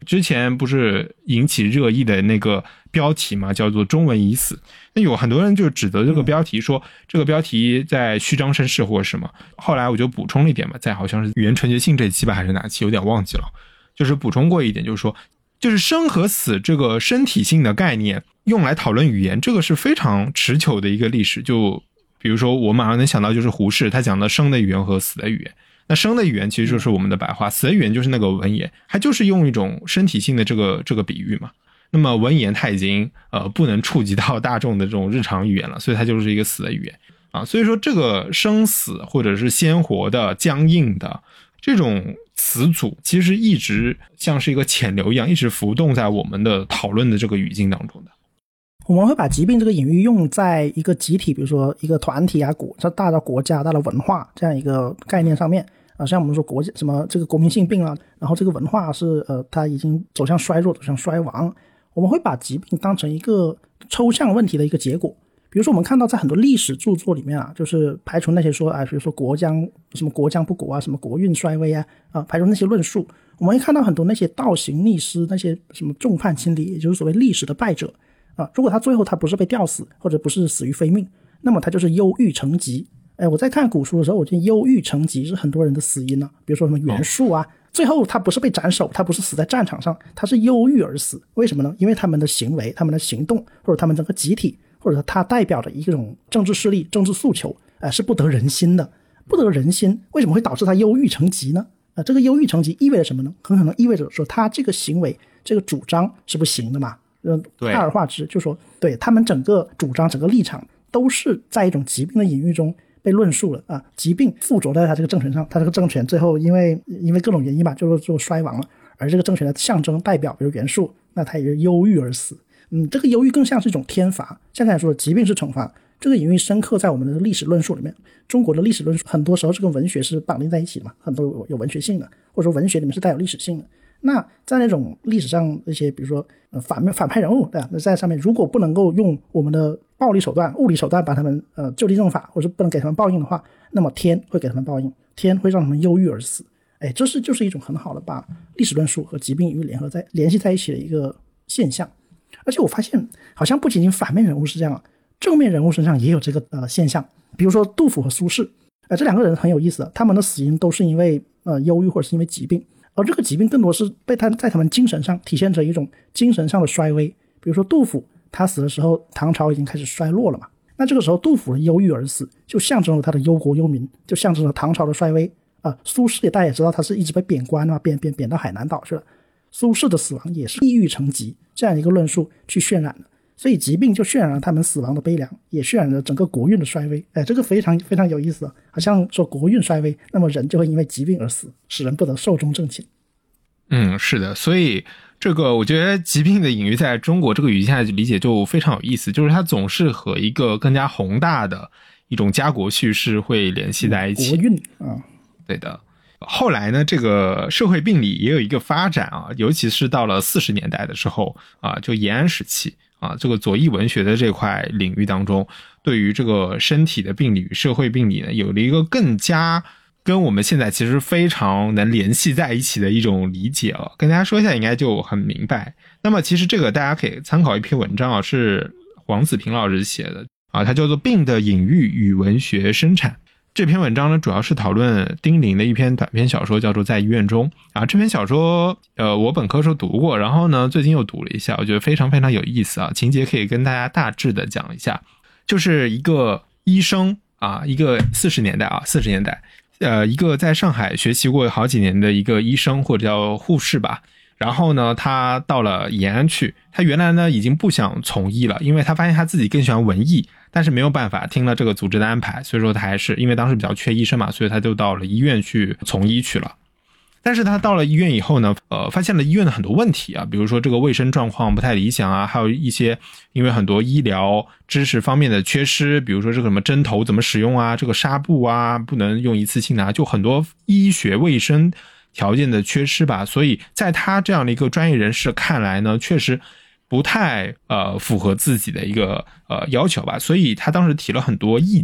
之前不是引起热议的那个标题嘛，叫做中文已死。那有很多人就指责这个标题，说这个标题在虚张声势或者什么。后来我就补充了一点嘛，在好像是语言纯洁性这一期吧，还是哪期有点忘记了，就是补充过一点，就是说就是生和死这个身体性的概念用来讨论语言，这个是非常持久的一个历史。就比如说我马上能想到就是胡适，他讲的生的语言和死的语言。那生的语言其实就是我们的白话，死的语言就是那个文言，它就是用一种身体性的这个比喻嘛。那么文言它已经不能触及到大众的这种日常语言了，所以它就是一个死的语言啊。所以说这个生死或者是鲜活的、僵硬的这种词组，其实一直像是一个潜流一样，一直浮动在我们的讨论的这个语境当中的。 我们会把疾病这个隐喻用在一个集体，比如说一个团体啊，大到国家、大到文化这样一个概念上面啊。像我们说什么这个国民性病啊，然后这个文化是它已经走向衰弱、走向衰亡。我们会把疾病当成一个抽象问题的一个结果。比如说我们看到在很多历史著作里面啊，就是排除那些说比如说什么国将不国啊，什么国运衰微啊，排除那些论述，我们会看到很多那些倒行逆施，那些什么众叛亲离，也就是所谓历史的败者如果他最后他不是被吊死，或者不是死于非命，那么他就是忧郁成疾。我在看古书的时候，我觉得忧郁成疾是很多人的死因比如说什么袁术啊，最后他不是被斩首，他不是死在战场上，他是忧郁而死。为什么呢？因为他们的行为、他们的行动，或者他们整个集体，或者他代表的一种政治势力、政治诉求是不得人心的。不得人心为什么会导致他忧郁成疾呢？这个忧郁成疾意味着什么呢？很可能意味着说他这个行为、这个主张是不行的嘛。大而化之，就说对他们整个主张、整个立场都是在一种疾病的隐喻中被论述了疾病附着在他这个政权上，他这个政权最后因为各种原因吧，就衰亡了。而这个政权的象征代表，比如袁术，那他也是忧郁而死。这个忧郁更像是一种天罚，像刚才说的疾病是惩罚，这个隐喻深刻在我们的历史论述里面。中国的历史论述很多时候是跟文学是绑定在一起的嘛，很多有文学性的，或者说文学里面是带有历史性的。那在那种历史上那些比如说反派人物对吧，那在上面如果不能够用我们的暴力手段、物理手段把他们就地正法，或者不能给他们报应的话，那么天会给他们报应，天会让他们忧郁而死。这就是一种很好的把历史论述和疾病与联系在一起的一个现象。而且我发现好像不仅仅反面人物是这样，正面人物身上也有这个现象。比如说杜甫和苏轼这两个人很有意思他们的死因都是因为忧郁或者是因为疾病。而这个疾病更多是在他们精神上体现着一种精神上的衰微。比如说杜甫他死的时候，唐朝已经开始衰落了嘛，那这个时候杜甫的忧郁而死，就象征了他的忧国忧民，就象征了唐朝的衰微苏轼大家也知道他是一直被贬官嘛，贬到海南岛去了。苏轼的死亡也是抑郁成疾这样一个论述去渲染的，所以疾病就渲染了他们死亡的悲凉，也渲染了整个国运的衰微。这个非常非常有意思好像说国运衰微，那么人就会因为疾病而死，使人不得寿终正寝。 是的，所以这个我觉得疾病的隐喻在中国这个语境下理解就非常有意思，就是它总是和一个更加宏大的一种家国叙事会联系在一起。 国运对的。后来呢，这个社会病理也有一个发展尤其是到了40年代的时候就延安时期这个左翼文学的这块领域当中，对于这个身体的病理与社会病理呢，有了一个更加跟我们现在其实非常能联系在一起的一种理解跟大家说一下应该就很明白。那么其实这个大家可以参考一篇文章是黄子平老师写的它叫做《病的隐喻与文学生产》。这篇文章呢，主要是讨论丁玲的一篇短篇小说，叫做《在医院中》这篇小说我本科时候读过，然后呢最近又读了一下，我觉得非常非常有意思情节可以跟大家大致的讲一下。就是一个医生一个40年代一个在上海学习过好几年的一个医生或者叫护士吧，然后呢他到了延安去，他原来呢已经不想从医了，因为他发现他自己更喜欢文艺，但是没有办法听了这个组织的安排，所以说他还是因为当时比较缺医生嘛，所以他就到了医院去从医去了。但是他到了医院以后呢发现了医院的很多问题比如说这个卫生状况不太理想还有一些因为很多医疗知识方面的缺失，比如说这个什么针头怎么使用这个纱布不能用一次性的就很多医学卫生条件的缺失吧。所以在他这样的一个专业人士看来呢，确实不太符合自己的一个要求吧，所以他当时提了很多意见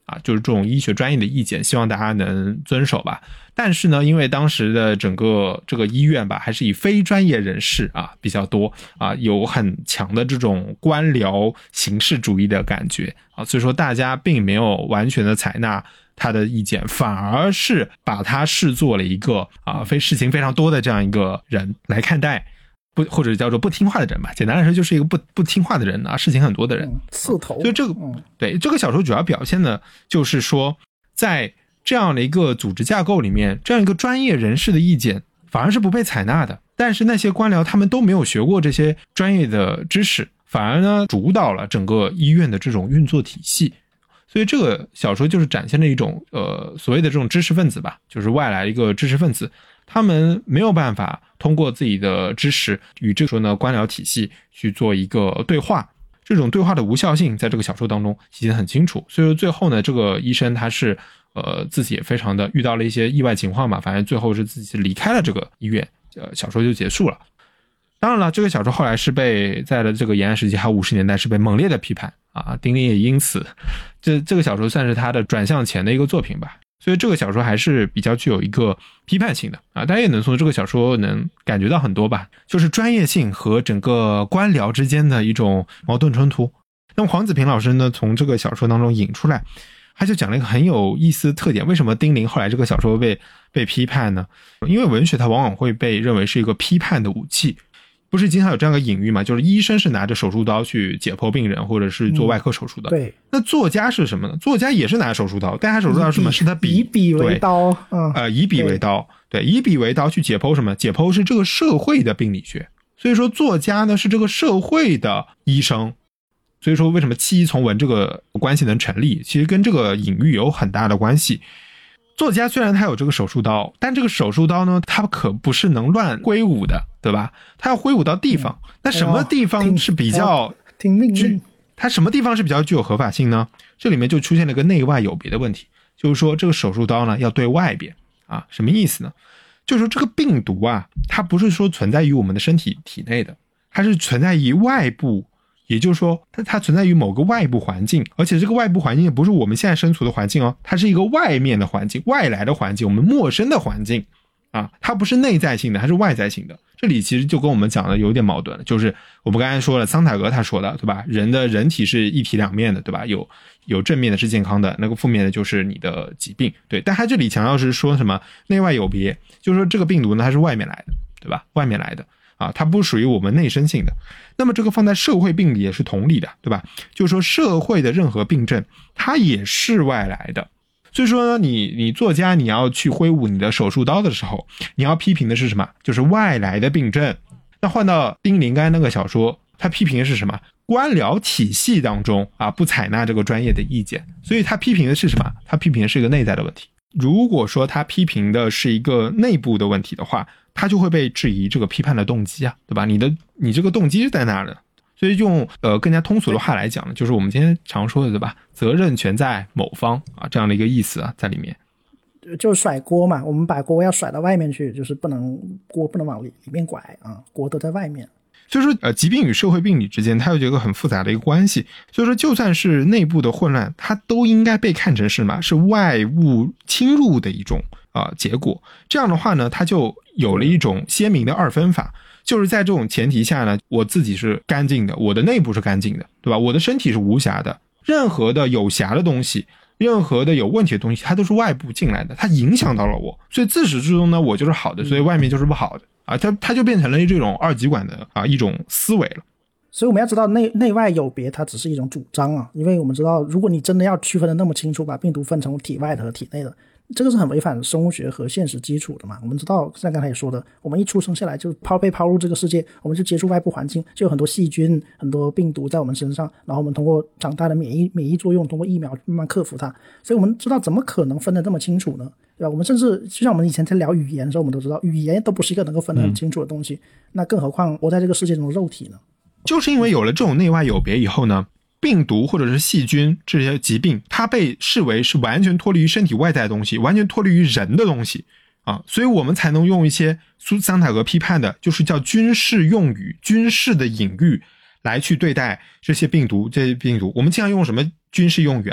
啊，就是这种医学专业的意见，希望大家能遵守吧。但是呢，因为当时的整个这个医院吧，还是以非专业人士啊比较多啊，有很强的这种官僚形式主义的感觉啊，所以说大家并没有完全的采纳他的意见，反而是把他视作了一个事情非常多的这样一个人来看待。或者叫做不听话的人吧，简单来说就是一个不听话的人啊，事情很多的人， 刺头。 所以这个对这个小说主要表现的就是说，在这样的一个组织架构里面，这样一个专业人士的意见反而是不被采纳的，但是那些官僚他们都没有学过这些专业的知识，反而呢主导了整个医院的这种运作体系。所以这个小说就是展现了一种所谓的这种知识分子吧，就是外来一个知识分子，他们没有办法通过自己的知识与这个时候呢官僚体系去做一个对话，这种对话的无效性在这个小说当中体现得很清楚。所以说最后呢，这个医生他是自己也非常的遇到了一些意外情况吧，反正最后是自己离开了这个医院，小说就结束了。当然了，这个小说后来是被在了这个延安时期还有50年代是被猛烈的批判啊，丁玲也因此这个小说算是他的转向前的一个作品吧。所以这个小说还是比较具有一个批判性的啊，大家也能从这个小说能感觉到很多吧，就是专业性和整个官僚之间的一种矛盾冲突。那么黄子平老师呢，从这个小说当中引出来，他就讲了一个很有意思的特点，为什么丁玲后来这个小说被批判呢？因为文学它往往会被认为是一个批判的武器。不是经常有这样的隐喻嘛？就是医生是拿着手术刀去解剖病人，或者是做外科手术的。 对。 那作家是什么呢？作家也是拿着手术刀，但他手术刀是什么？是他以笔为刀。 以笔为刀。对，以笔为刀去解剖什么？解剖是这个社会的病理学。所以说，作家呢是这个社会的医生。所以说，为什么弃医从文这个关系能成立？其实跟这个隐喻有很大的关系。作家虽然他有这个手术刀，但这个手术刀呢，它可不是能乱挥舞的，对吧？它要挥舞到地方。那什么地方是比较听命令？ 它什么地方是比较具有合法性呢？这里面就出现了一个内外有别的问题，就是说这个手术刀呢要对外边啊，什么意思呢？就是说这个病毒啊，它不是说存在于我们的身体体内的，它是存在于外部。也就是说它存在于某个外部环境，而且这个外部环境也不是我们现在身处的环境哦，它是一个外面的环境，外来的环境，我们陌生的环境啊，它不是内在性的，它是外在性的。这里其实就跟我们讲的有点矛盾了，就是我们刚才说了，桑塔格他说的，对吧？人的人体是一体两面的，对吧？有正面的是健康的，那个负面的就是你的疾病，对。但他这里强调是说什么内外有别，就是说这个病毒呢它是外面来的，对吧？外面来的啊，它不属于我们内生性的。那么这个放在社会病理也是同理的，对吧？就是说社会的任何病症它也是外来的。所以说呢，你作家你要去挥舞你的手术刀的时候，你要批评的是什么？就是外来的病症。那换到丁玲刚那个小说，他批评的是什么？官僚体系当中啊不采纳这个专业的意见。所以他批评的是什么？他批评的是一个内在的问题。如果说他批评的是一个内部的问题的话，他就会被质疑这个批判的动机啊，对吧？你这个动机是在哪的？所以用更加通俗的话来讲呢，就是我们今天常说的，对吧？责任全在某方啊，这样的一个意思啊在里面。 就是甩锅嘛，我们把锅要甩到外面去，就是锅不能往里面拐啊，锅都在外面。 所以说疾病与社会病理之间它有一个很复杂的一个关系，所以说就算是内部的混乱，它都应该被看成是什么？是外物侵入的一种结果。这样的话呢，它就有了一种鲜明的二分法，就是在这种前提下呢，我自己是干净的，我的内部是干净的，对吧？我的身体是无瑕的，任何的有瑕的东西，任何的有问题的东西，它都是外部进来的，它影响到了我，所以自始至终呢，我就是好的，所以外面就是不好的啊，它就变成了这种二极管的一种思维了。 所以我们要知道内外有别，它只是一种主张啊，因为我们知道，如果你真的要区分的那么清楚，把病毒分成体外的和体内的，这个是很违反生物学和现实基础的嘛。我们知道像刚才也说的，我们一出生下来就被抛入这个世界，我们就接触外部环境，就有很多细菌很多病毒在我们身上，然后我们通过长大的免疫作用，通过疫苗慢慢克服它。所以我们知道怎么可能分得这么清楚呢？对吧？我们甚至就像我们以前在聊语言的时候，我们都知道语言都不是一个能够分得很清楚的东西，那更何况活在这个世界中的肉体呢？ 就是因为有了这种内外有别以后呢，病毒或者是细菌这些疾病，它被视为是完全脱离于身体外在的东西，完全脱离于人的东西啊，所以我们才能用一些桑塔格批判的，就是叫军事用语、军事的隐喻来去对待这些病毒。我们经常用什么军事用语啊？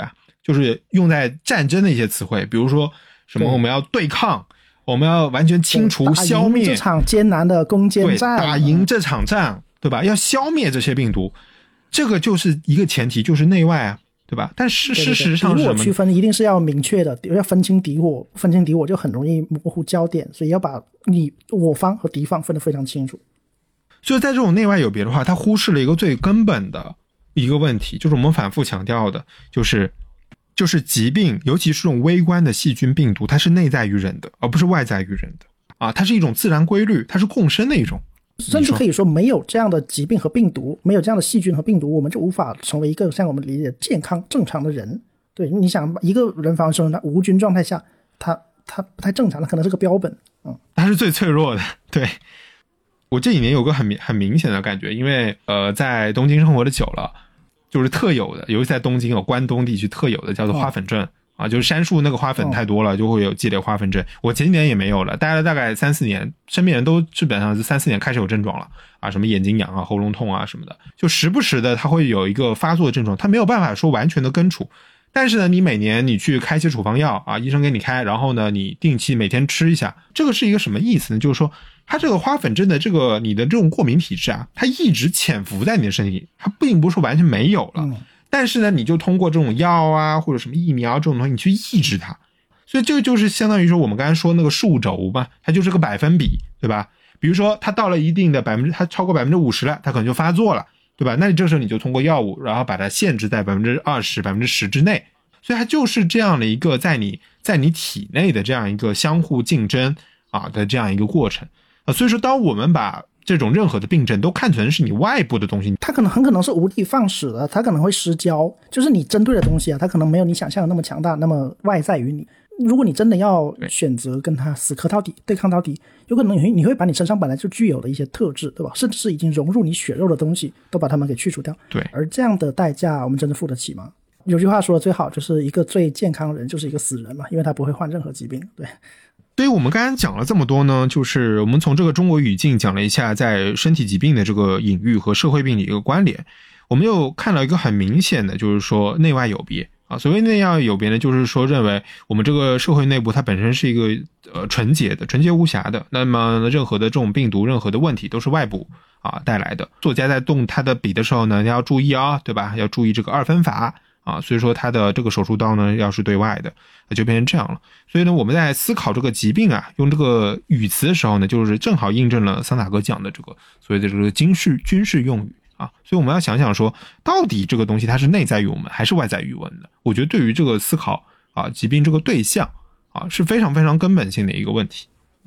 就是用在战争的一些词汇，比如说什么我们要对抗，我们要完全清除消灭这场艰难的攻坚战， 打赢这场仗，对吧？要消灭这些病毒，这个就是一个前提，就是内外啊，对吧？但事实上是什么？ 敌我区分一定是要明确的，要分清敌我，分清敌我就很容易模糊焦点，所以要把我方和敌方分得非常清楚。 所以在这种内外有别的话，它忽视了一个最根本的一个问题，就是我们反复强调的，就是疾病，尤其是这种微观的细菌病毒，它是内在于人的，而不是外在于人的啊，它是一种自然规律，它是共生的一种。 甚至可以说，没有这样的疾病和病毒，没有这样的细菌和病毒，我们就无法成为一个像我们理解健康正常的人。对，你想一个人防生，他无菌状态下，他不太正常，他可能是个标本。 他是最脆弱的。对，我这几年有个很明显的感觉，因为在东京生活的久了，就是特有的，尤其在东京关东地区特有的叫做花粉症。就是杉树那个花粉太多了，就会有积累花粉症。我前几年也没有了，待了大概3-4年，身边人都基本上是3-4年开始有症状了啊，什么眼睛痒啊、喉咙痛啊什么的，就时不时的它会有一个发作的症状，它没有办法说完全的根除。但是呢，你每年你去开一些处方药啊，医生给你开，然后呢，你定期每天吃一下，这个是一个什么意思呢？就是说，它这个花粉症的你的这种过敏体质啊，它一直潜伏在你的身体里，它并不是说完全没有了。但是呢，你就通过这种药啊，或者什么疫苗这种东西，你去抑制它。所以这个就是相当于说我们刚才说那个数轴嘛，它就是个百分比，对吧？比如说它到了一定的它超过 50%了，它可能就发作了，对吧？那你这时候你就通过药物，然后把它限制在 20%、10% 之内。所以它就是这样的一个在你体内的这样一个相互竞争的这样一个过程。所以说当我们把这种任何的病症都看成是你外部的东西， 它很可能是无的放矢的，它可能会失焦，就是你针对的东西啊，它可能没有你想象的那么强大，那么外在于你。如果你真的要选择跟它死磕到底、对抗到底，有可能你会把你身上本来就具有的一些特质，对吧？甚至是已经融入你血肉的东西，都把它们给去除掉。 对， 而这样的代价，我们真的付得起吗？有句话说的最好，就是一个最健康的人就是一个死人嘛，因为他不会患任何疾病。对。 所以我们刚才讲了这么多呢，就是我们从这个中国语境讲了一下在身体疾病的这个隐喻和社会病的一个关联，我们又看到一个很明显的，就是说内外有别啊。所谓内外有别呢，就是说认为我们这个社会内部它本身是一个纯洁无瑕的，那么任何的这种病毒、任何的问题都是外部带来的。作家在动他的笔的时候呢，要注意对吧？要注意这个2分法。所以说他的这个手术刀呢要是对外的，就变成这样了。所以呢，我们在思考这个疾病用这个语词的时候呢，就是正好印证了桑塔格讲的这个所谓的这个军事用语所以我们要想想说，到底这个东西它是内在于我们还是外在于我们的？我觉得对于这个思考疾病这个对象是非常非常根本性的一个问题。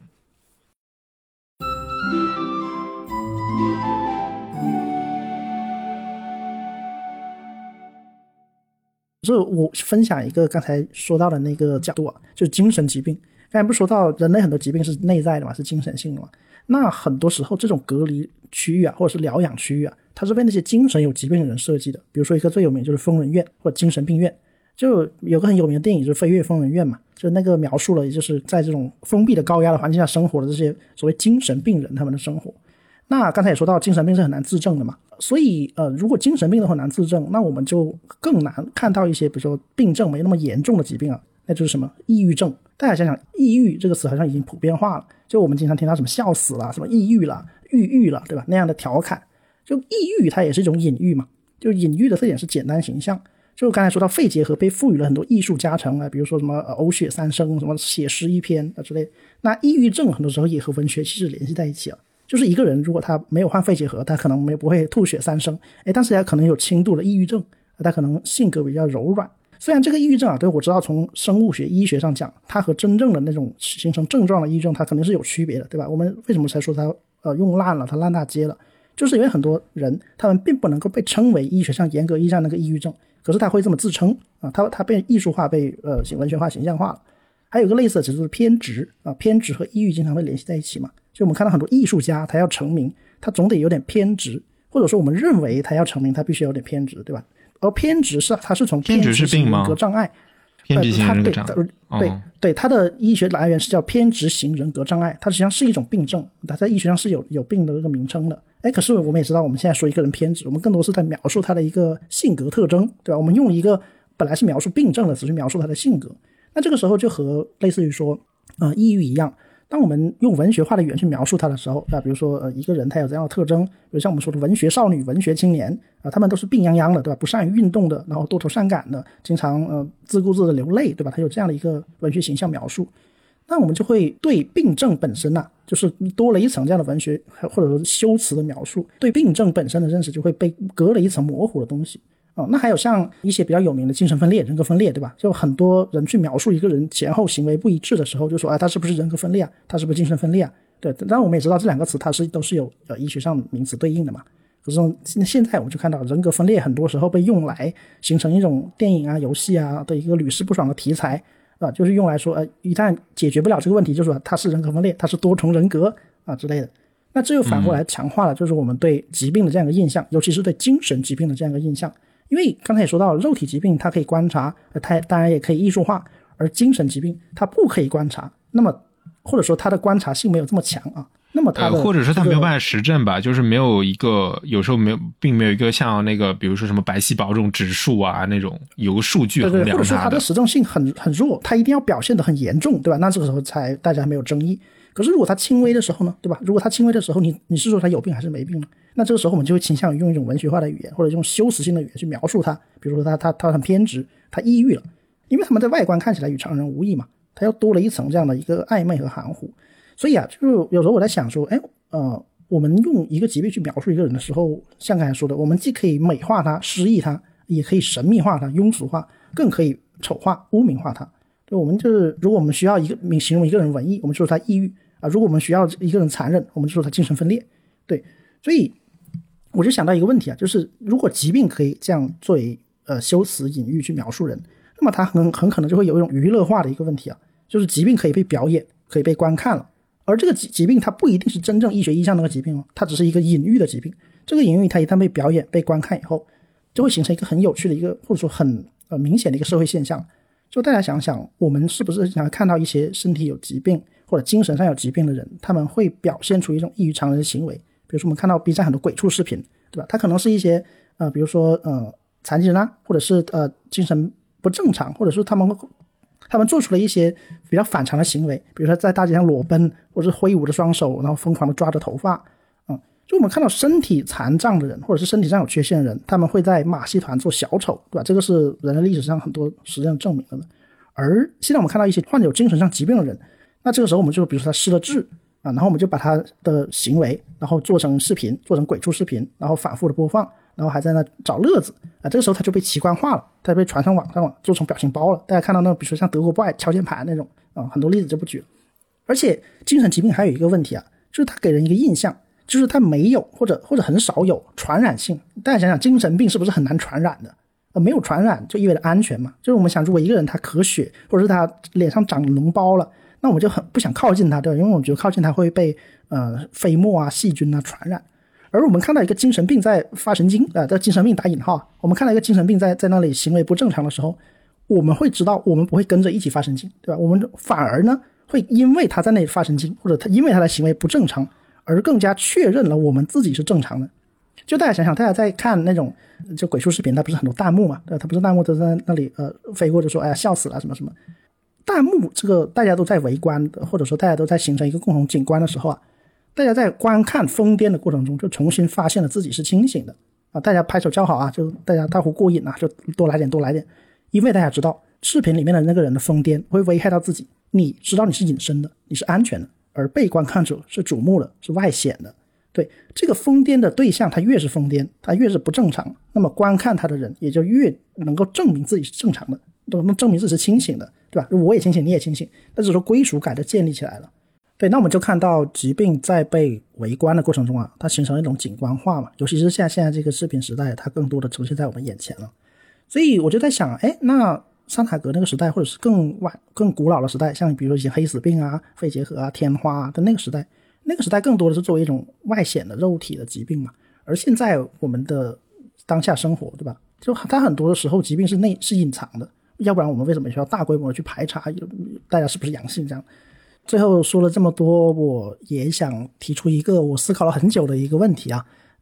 就是我分享一个刚才说到的那个角度就是精神疾病。刚才不是说到人类很多疾病是内在的嘛，是精神性的嘛？那很多时候这种隔离区域或者是疗养区域它是为那些精神有疾病的人设计的。比如说一个最有名就是疯人院或者精神病院，就有个很有名的电影就是《飞跃疯人院》嘛，就那个描述了就是在这种封闭的高压的环境下生活的这些所谓精神病人他们的生活。那刚才也说到精神病是很难自证的嘛，所以如果精神病都很难自证，那我们就更难看到一些比如说病症没那么严重的疾病那就是什么抑郁症。大家想想，抑郁这个词好像已经普遍化了，就我们经常听到什么笑死了、什么抑郁了、郁郁了，对吧？那样的调侃。就抑郁它也是一种隐喻嘛，就隐喻的特点是简单形象。就刚才说到肺结核被赋予了很多艺术加成比如说什么呕血3声、什么写诗1篇之类。那抑郁症很多时候也和文学气质联系在一起了。就是一个人如果他没有患肺结核，他可能不会吐血3声，但是他可能有轻度的抑郁症，他可能性格比较柔软。虽然这个抑郁症对我知道从生物学医学上讲，它和真正的那种形成症状的抑郁症它肯定是有区别的，对吧？我们为什么才说它用烂了，它烂大街了，就是因为很多人他们并不能够被称为医学上严格意义上那个抑郁症，可是他会这么自称他被艺术化、被文学化、形象化了。还有一个类似的就是偏执偏执和抑郁经常会联系在一起嘛。就我们看到很多艺术家他要成名，他总得有点偏执，或者说我们认为他要成名他必须有点偏执，对吧？而偏执它是从偏执型人格障碍， 偏执型人格障碍对它的医学来源是叫偏执型人格障碍，它实际上是一种病症，它在医学上是有病的这个名称的。可是我们也知道，我们现在说一个人偏执，我们更多是在描述他的一个性格特征，对吧？我们用一个本来是描述病症的，只是描述他的性格。那这个时候就和类似于说抑郁一样，当我们用文学化的语言去描述他的时候，比如说一个人他有这样的特征，比如像我们说的文学少女、文学青年他们都是病殃殃的，对吧？不善于运动的，然后多愁善感的，经常自顾自的流泪，对吧？他有这样的一个文学形象描述，那我们就会对病症本身就是多了一层这样的文学或者说修辞的描述，对病症本身的认识就会被隔了一层模糊的东西那还有像一些比较有名的精神分裂、人格分裂，对吧？就很多人去描述一个人前后行为不一致的时候，就说他是不是人格分裂他是不是精神分裂对，当然我们也知道这两个词它都是有医学上名词对应的嘛。可是现在我们就看到人格分裂很多时候被用来形成一种电影游戏的一个屡试不爽的题材就是用来说一旦解决不了这个问题，就说他是人格分裂，他是多重人格之类的。那这又反过来强化了就是我们对疾病的这样一个印象，尤其是对精神疾病的这样一个印象。因为刚才也说到肉体疾病它可以观察，它当然也可以艺术化，而精神疾病它不可以观察，那么或者说它的观察性没有这么强那么它的或者是它没有办法实证吧，就是没有一个，有时候并没有一个像那个比如说什么白细胞这种指数那种有数据衡量它的， 或者说它的实证性很弱，它一定要表现得很严重，对吧？那这个时候才大家没有争议。可是如果它轻微的时候呢，对吧？如果它轻微的时候你是说它有病还是没病呢？那这个时候我们就会倾向于用一种文学化的语言或者用修辞性的语言去描述它，比如说它很偏执，它抑郁了，因为他们在外观看起来与常人无异嘛，它又多了一层这样的一个暧昧和含糊。所以就是有时候我在想说我们用一个疾病去描述一个人的时候，像刚才说的，我们既可以美化它、诗意它，也可以神秘化它、庸俗化，更可以丑化、污名化它。对，我们就是如果我们需要形容一个人文艺，我们就说他抑郁如果我们需要一个人残忍，我们就说他精神分裂。对，所以我就想到一个问题就是如果疾病可以这样作为修辞隐喻去描述人，那么它很可能就会有一种娱乐化的一个问题就是疾病可以被表演，可以被观看了，而这个疾病它不一定是真正医学意义上那个疾病它只是一个隐喻的疾病。这个隐喻它一旦被表演、被观看以后，就会形成一个很有趣的一个或者说很明显的一个社会现象。就大家想想，我们是不是想看到一些身体有疾病或者精神上有疾病的人，他们会表现出一种异于常人的行为？比如说我们看到 B 站很多鬼畜视频，对吧？他可能是一些比如说残疾人或者是精神不正常，或者是他们做出了一些比较反常的行为，比如说在大街上裸奔，或者是挥舞着双手，然后疯狂的抓着头发就我们看到身体残障的人或者是身体上有缺陷的人，他们会在马戏团做小丑，对吧？这个是人类历史上很多实际上证明了的。而现在我们看到一些患有精神上疾病的人，那这个时候我们就比如说他失了智然后我们就把他的行为然后做成视频，做成鬼畜视频，然后反复的播放，然后还在那找乐子这个时候他就被奇观化了，他被传上网上了，做成表情包了。大家看到那比如说像德国 boy 敲键盘那种很多例子就不举了。而且精神疾病还有一个问题就是他给人一个印象，就是它没有或者很少有传染性。大家想想精神病是不是很难传染的没有传染就意味着安全嘛。就是我们想如果一个人他咳血，或者是他脸上长脓包了，那我们就很不想靠近他，对吧？因为我们觉得靠近他会被飞沫细菌传染。而我们看到一个精神病在发神经这精神病打引号，我们看到一个精神病在那里行为不正常的时候，我们会知道我们不会跟着一起发神经，对吧？我们反而呢会因为他在那里发神经，或者因为他的行为不正常而更加确认了我们自己是正常的。就大家想想，大家在看那种就鬼畜视频，它不是很多弹幕嘛？对吧？它不是弹幕都在那里飞过就说哎呀笑死了什么什么。弹幕这个大家都在围观，或者说大家都在形成一个共同景观的时候大家在观看疯癫的过程中就重新发现了自己是清醒的大家拍手叫好就大家大呼过瘾就多来点多来点。因为大家知道视频里面的那个人的疯癫会危害到自己，你知道你是隐身的，你是安全的，而被观看者是瞩目的，是外显的。对，这个疯癫的对象他越是疯癫，他越是不正常，那么观看他的人也就越能够证明自己是正常的，都能证明自己是清醒的，对吧？我也清醒你也清醒，那这时候归属感就建立起来了。对，那我们就看到疾病在被围观的过程中它形成一种景观化嘛，尤其是现在这个视频时代，它更多的呈现在我们眼前了。所以我就在想那桑塔格那个时代，或者是更古老的时代，像比如说一些黑死病肺结核天花的那个时代更多的是作为一种外显的肉体的疾病嘛。而现在我们的当下生活，对吧？就它很多的时候疾病是隐藏的，要不然我们为什么需要大规模的去排查大家是不是阳性这样。最后说了这么多，我也想提出一个我思考了很久的一个问题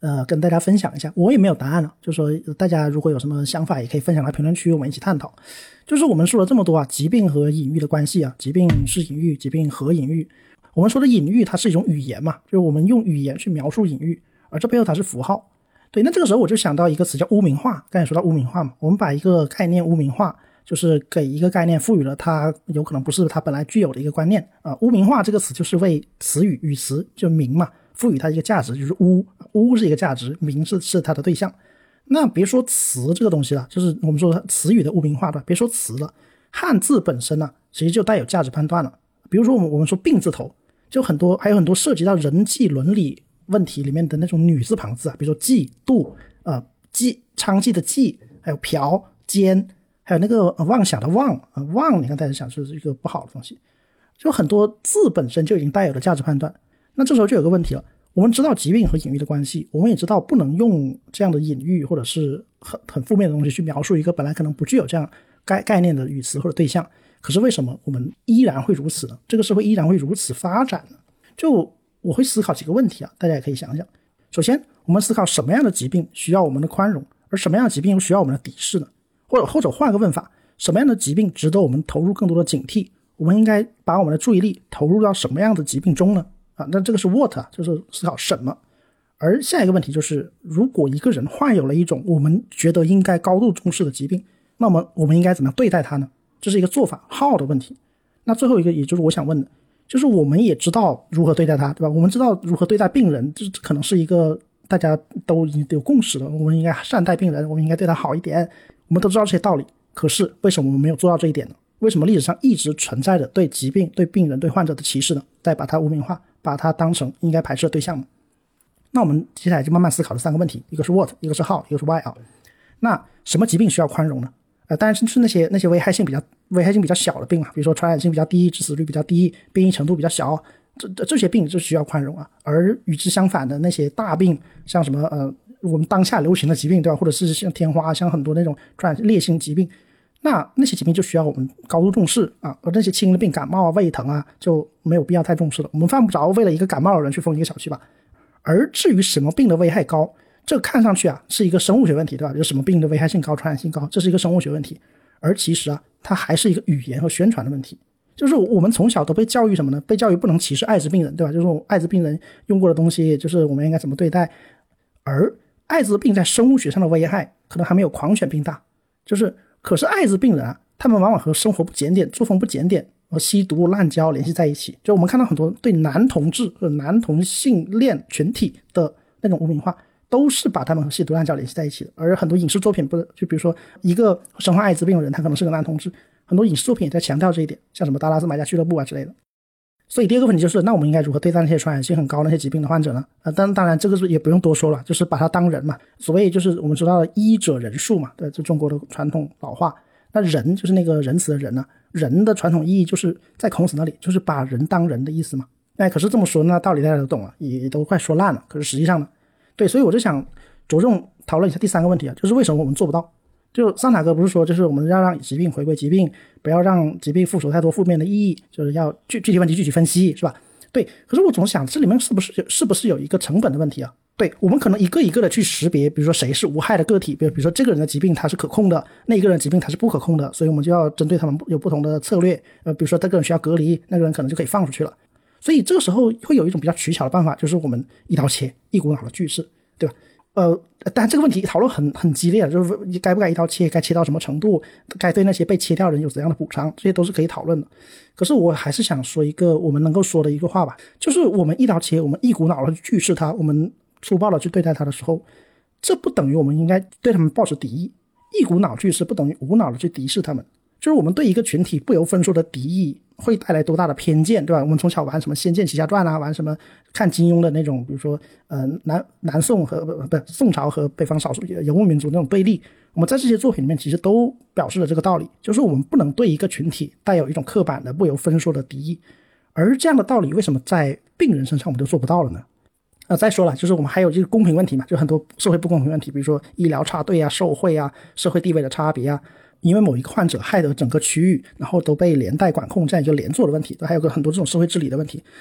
跟大家分享一下。我也没有答案了，就是说大家如果有什么想法也可以分享到评论区，我们一起探讨。就是我们说了这么多啊，疾病和隐喻的关系啊，疾病是隐喻，疾病和隐喻。我们说的隐喻它是一种语言嘛，就是我们用语言去描述隐喻，而这背后它是符号。对，那这个时候我就想到一个词叫污名化。刚才说到污名化嘛，我们把一个概念污名化，就是给一个概念赋予了它有可能不是它本来具有的一个观念啊。污名化这个词就是为词语词就名嘛，赋予它一个价值，就是污是一个价值，名是它的对象。那别说词这个东西了，就是我们说词语的污名化，对吧？别说词了，汉字本身呢，其实就带有价值判断了。比如说我们说病字头，就还有很多涉及到人际伦理问题里面的那种女字旁字啊，比如说嫉妒娼妓的妓，还有嫖奸，还有那个妄想的妄妄，你看大家想是一个不好的东西，就很多字本身就已经带有了价值判断。那这时候就有个问题了，我们知道疾病和隐喻的关系，我们也知道不能用这样的隐喻或者是很负面的东西去描述一个本来可能不具有这样概念的语词或者对象。可是为什么我们依然会如此呢？这个社会依然会如此发展呢？就我会思考几个问题啊，大家也可以想想。首先我们思考什么样的疾病需要我们的宽容，而什么样的疾病又需要我们的敌视呢？或者换个问法，什么样的疾病值得我们投入更多的警惕？我们应该把我们的注意力投入到什么样的疾病中呢？那这个是 what 啊，就是思考什么。而下一个问题就是，如果一个人患有了一种我们觉得应该高度重视的疾病，那么我们应该怎么样对待它呢？这是一个做法 how 的问题。那最后一个也就是我想问的，就是我们也知道如何对待它，对吧？我们知道如何对待病人，这可能是一个大家都已经有共识的，我们应该善待病人，我们应该对他好一点，我们都知道这些道理。可是为什么我们没有做到这一点呢？为什么历史上一直存在着对疾病、对病人、对患者的歧视呢？再把它污名化，把它当成应该排斥的对象呢？那我们接下来就慢慢思考这三个问题，一个是 what， 一个是 how， 一个是 why 啊。那什么疾病需要宽容呢？当然是那些危害性比较小的病嘛，比如说传染性比较低、致死率比较低、变异程度比较小，这些病就需要宽容啊。而与之相反的那些大病，像什么我们当下流行的疾病，对吧？或者是像天花，像很多那种传染烈性疾病，那些疾病就需要我们高度重视啊。而那些轻的病，感冒啊、胃疼啊，就没有必要太重视了。我们犯不着为了一个感冒的人去封一个小区吧。而至于什么病的危害高，这看上去啊是一个生物学问题，对吧？就是什么病的危害性高、传染性高，这是一个生物学问题。而其实啊，它还是一个语言和宣传的问题。就是我们从小都被教育什么呢？被教育不能歧视艾滋病人，对吧？就是艾滋病人用过的东西，就是我们应该怎么对待。而艾滋病在生物学上的危害可能还没有狂犬病大，可是艾滋病人啊，他们往往和生活不检点、作风不检点和吸毒滥交联系在一起。就我们看到很多对男同志和男同性恋群体的那种污名化，都是把他们和吸毒滥交联系在一起的。而很多影视作品就比如说一个生患艾滋病的人，他可能是个男同志，很多影视作品也在强调这一点，像什么达拉斯买家俱乐部啊之类的。所以第二个问题就是，那我们应该如何对待那些传染性很高那些疾病的患者呢？当然这个也不用多说了，就是把他当人嘛。所谓就是我们知道的医者仁术嘛，对，这中国的传统老话。那仁就是那个仁慈的人呢，人的传统意义就是在孔子那里就是把人当人的意思嘛。可是这么说那道理大家都懂了，也都快说烂了。可是实际上呢，对，所以我就想着重讨论一下第三个问题啊，就是为什么我们做不到。就桑塔格不是说，就是我们要让疾病回归疾病，不要让疾病附属太多负面的意义，就是要具体问题具体分析，是吧？对，可是我总想这里面是不是有一个成本的问题啊？对，我们可能一个一个的去识别，比如说谁是无害的个体，比如说这个人的疾病它是可控的，那一个人的疾病它是不可控的，所以我们就要针对他们有不同的策略。比如说这个人需要隔离，那个人可能就可以放出去了。所以这个时候会有一种比较取巧的办法，就是我们一刀切，一股脑的拒视，对吧？但这个问题讨论很激烈，就是该不该一刀切，该切到什么程度，该对那些被切掉的人有怎样的补偿，这些都是可以讨论的。可是我还是想说一个我们能够说的一个话吧，就是我们一刀切，我们一股脑的去拒视它，我们粗暴的去对待它的时候，这不等于我们应该对他们抱持敌意。一股脑拒视不等于无脑的去敌视他们，就是我们对一个群体不由分说的敌意会带来多大的偏见，对吧？我们从小玩什么《仙剑奇侠传》啊，玩什么看金庸的那种，比如说南宋和宋朝和北方少数游牧民族那种对立，我们在这些作品里面其实都表示了这个道理，就是我们不能对一个群体带有一种刻板的不由分说的敌意。而这样的道理为什么在病人身上我们就做不到了呢？再说了，就是我们还有这个公平问题嘛，就很多社会不公平问题，比如说医疗插队啊、受贿啊、社会地位的差别啊，因为某一个患者害得整个区域然后都被连带管控，这样一个连坐的问题，还有很多这种社会治理的问题。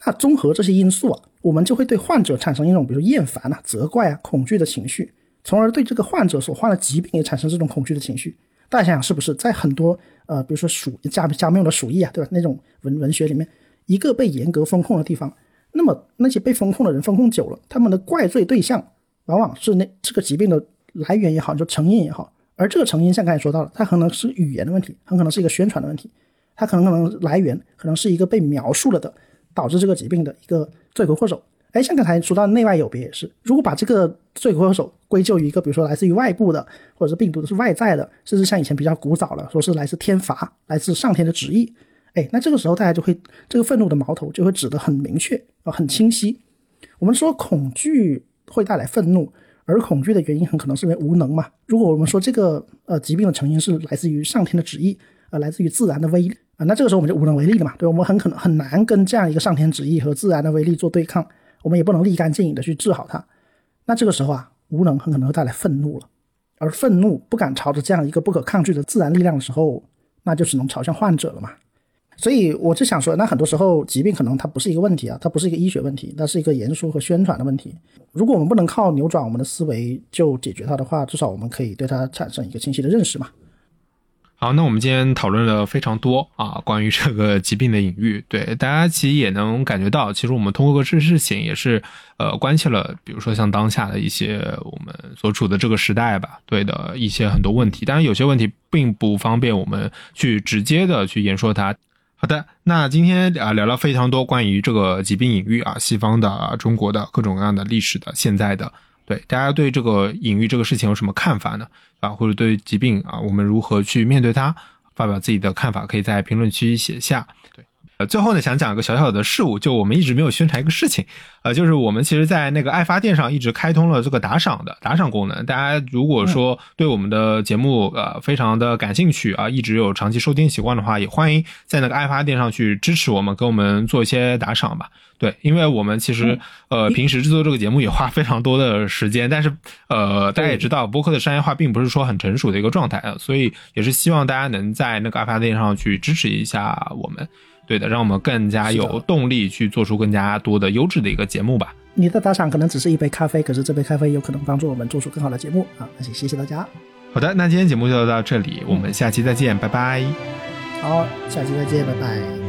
那综合这些因素啊，我们就会对患者产生一种比如厌烦啊、责怪啊、恐惧的情绪，从而对这个患者所患的疾病也产生这种恐惧的情绪。大家想想是不是在很多比如说加缪的鼠疫啊，对吧？那种文学里面，一个被严格封控的地方，那么那些被封控的人封控久了，他们的怪罪对象往往是这个疾病的来源也好，就成因也好，而这个成因像刚才说到了，它可能是语言的问题，很可能是一个宣传的问题，它可能来源可能是一个被描述了的导致这个疾病的一个罪魁祸首。像刚才说到内外有别也是，如果把这个罪魁祸首归咎于一个比如说来自于外部的，或者是病毒的是外在的，甚至像以前比较古早了，说是来自天罚，来自上天的旨意，那这个时候大家就会这个愤怒的矛头就会指得很明确很清晰。我们说恐惧会带来愤怒，而恐惧的原因很可能是因为无能嘛。如果我们说这个疾病的成因是来自于上天的旨意，来自于自然的威力那这个时候我们就无能为力了嘛。对，我们很难跟这样一个上天旨意和自然的威力做对抗，我们也不能立竿见影的去治好它。那这个时候啊，无能很可能会带来愤怒了，而愤怒不敢朝着这样一个不可抗拒的自然力量的时候，那就只能朝向患者了嘛。所以我就想说，那很多时候疾病可能它不是一个问题啊，它不是一个医学问题，它是一个言说和宣传的问题。如果我们不能靠扭转我们的思维就解决它的话，至少我们可以对它产生一个清晰的认识嘛。 好，那我们今天讨论了非常多关于这个疾病的隐喻，对大家其实也能感觉到，其实我们通过这事情也是关切了，比如说像当下的一些我们所处的这个时代吧，对的一些很多问题，当然有些问题并不方便我们去直接的去言说它。好的，那今天聊了非常多关于这个疾病隐喻西方的、中国的各种各样的历史的、现在的，对大家对这个隐喻这个事情有什么看法呢？或者对疾病我们如何去面对它，发表自己的看法，可以在评论区写下。对。最后呢，想讲一个小小的事物，就我们一直没有宣传一个事情，就是我们其实在那个爱发电上一直开通了这个打赏功能。大家如果说对我们的节目非常的感兴趣一直有长期收听习惯的话，也欢迎在那个爱发电上去支持我们，给我们做一些打赏吧。对，因为我们其实平时制作这个节目也花非常多的时间，但是大家也知道播客的商业化并不是说很成熟的一个状态所以也是希望大家能在那个爱发电上去支持一下我们。对的，让我们更加有动力去做出更加多的优质的一个节目吧。 你的打赏可能只是一杯咖啡，可是这杯咖啡有可能帮助我们做出更好的节目那谢谢大家。 好的，那今天节目就到这里，我们下期再见，拜拜。 好，下期再见，拜拜。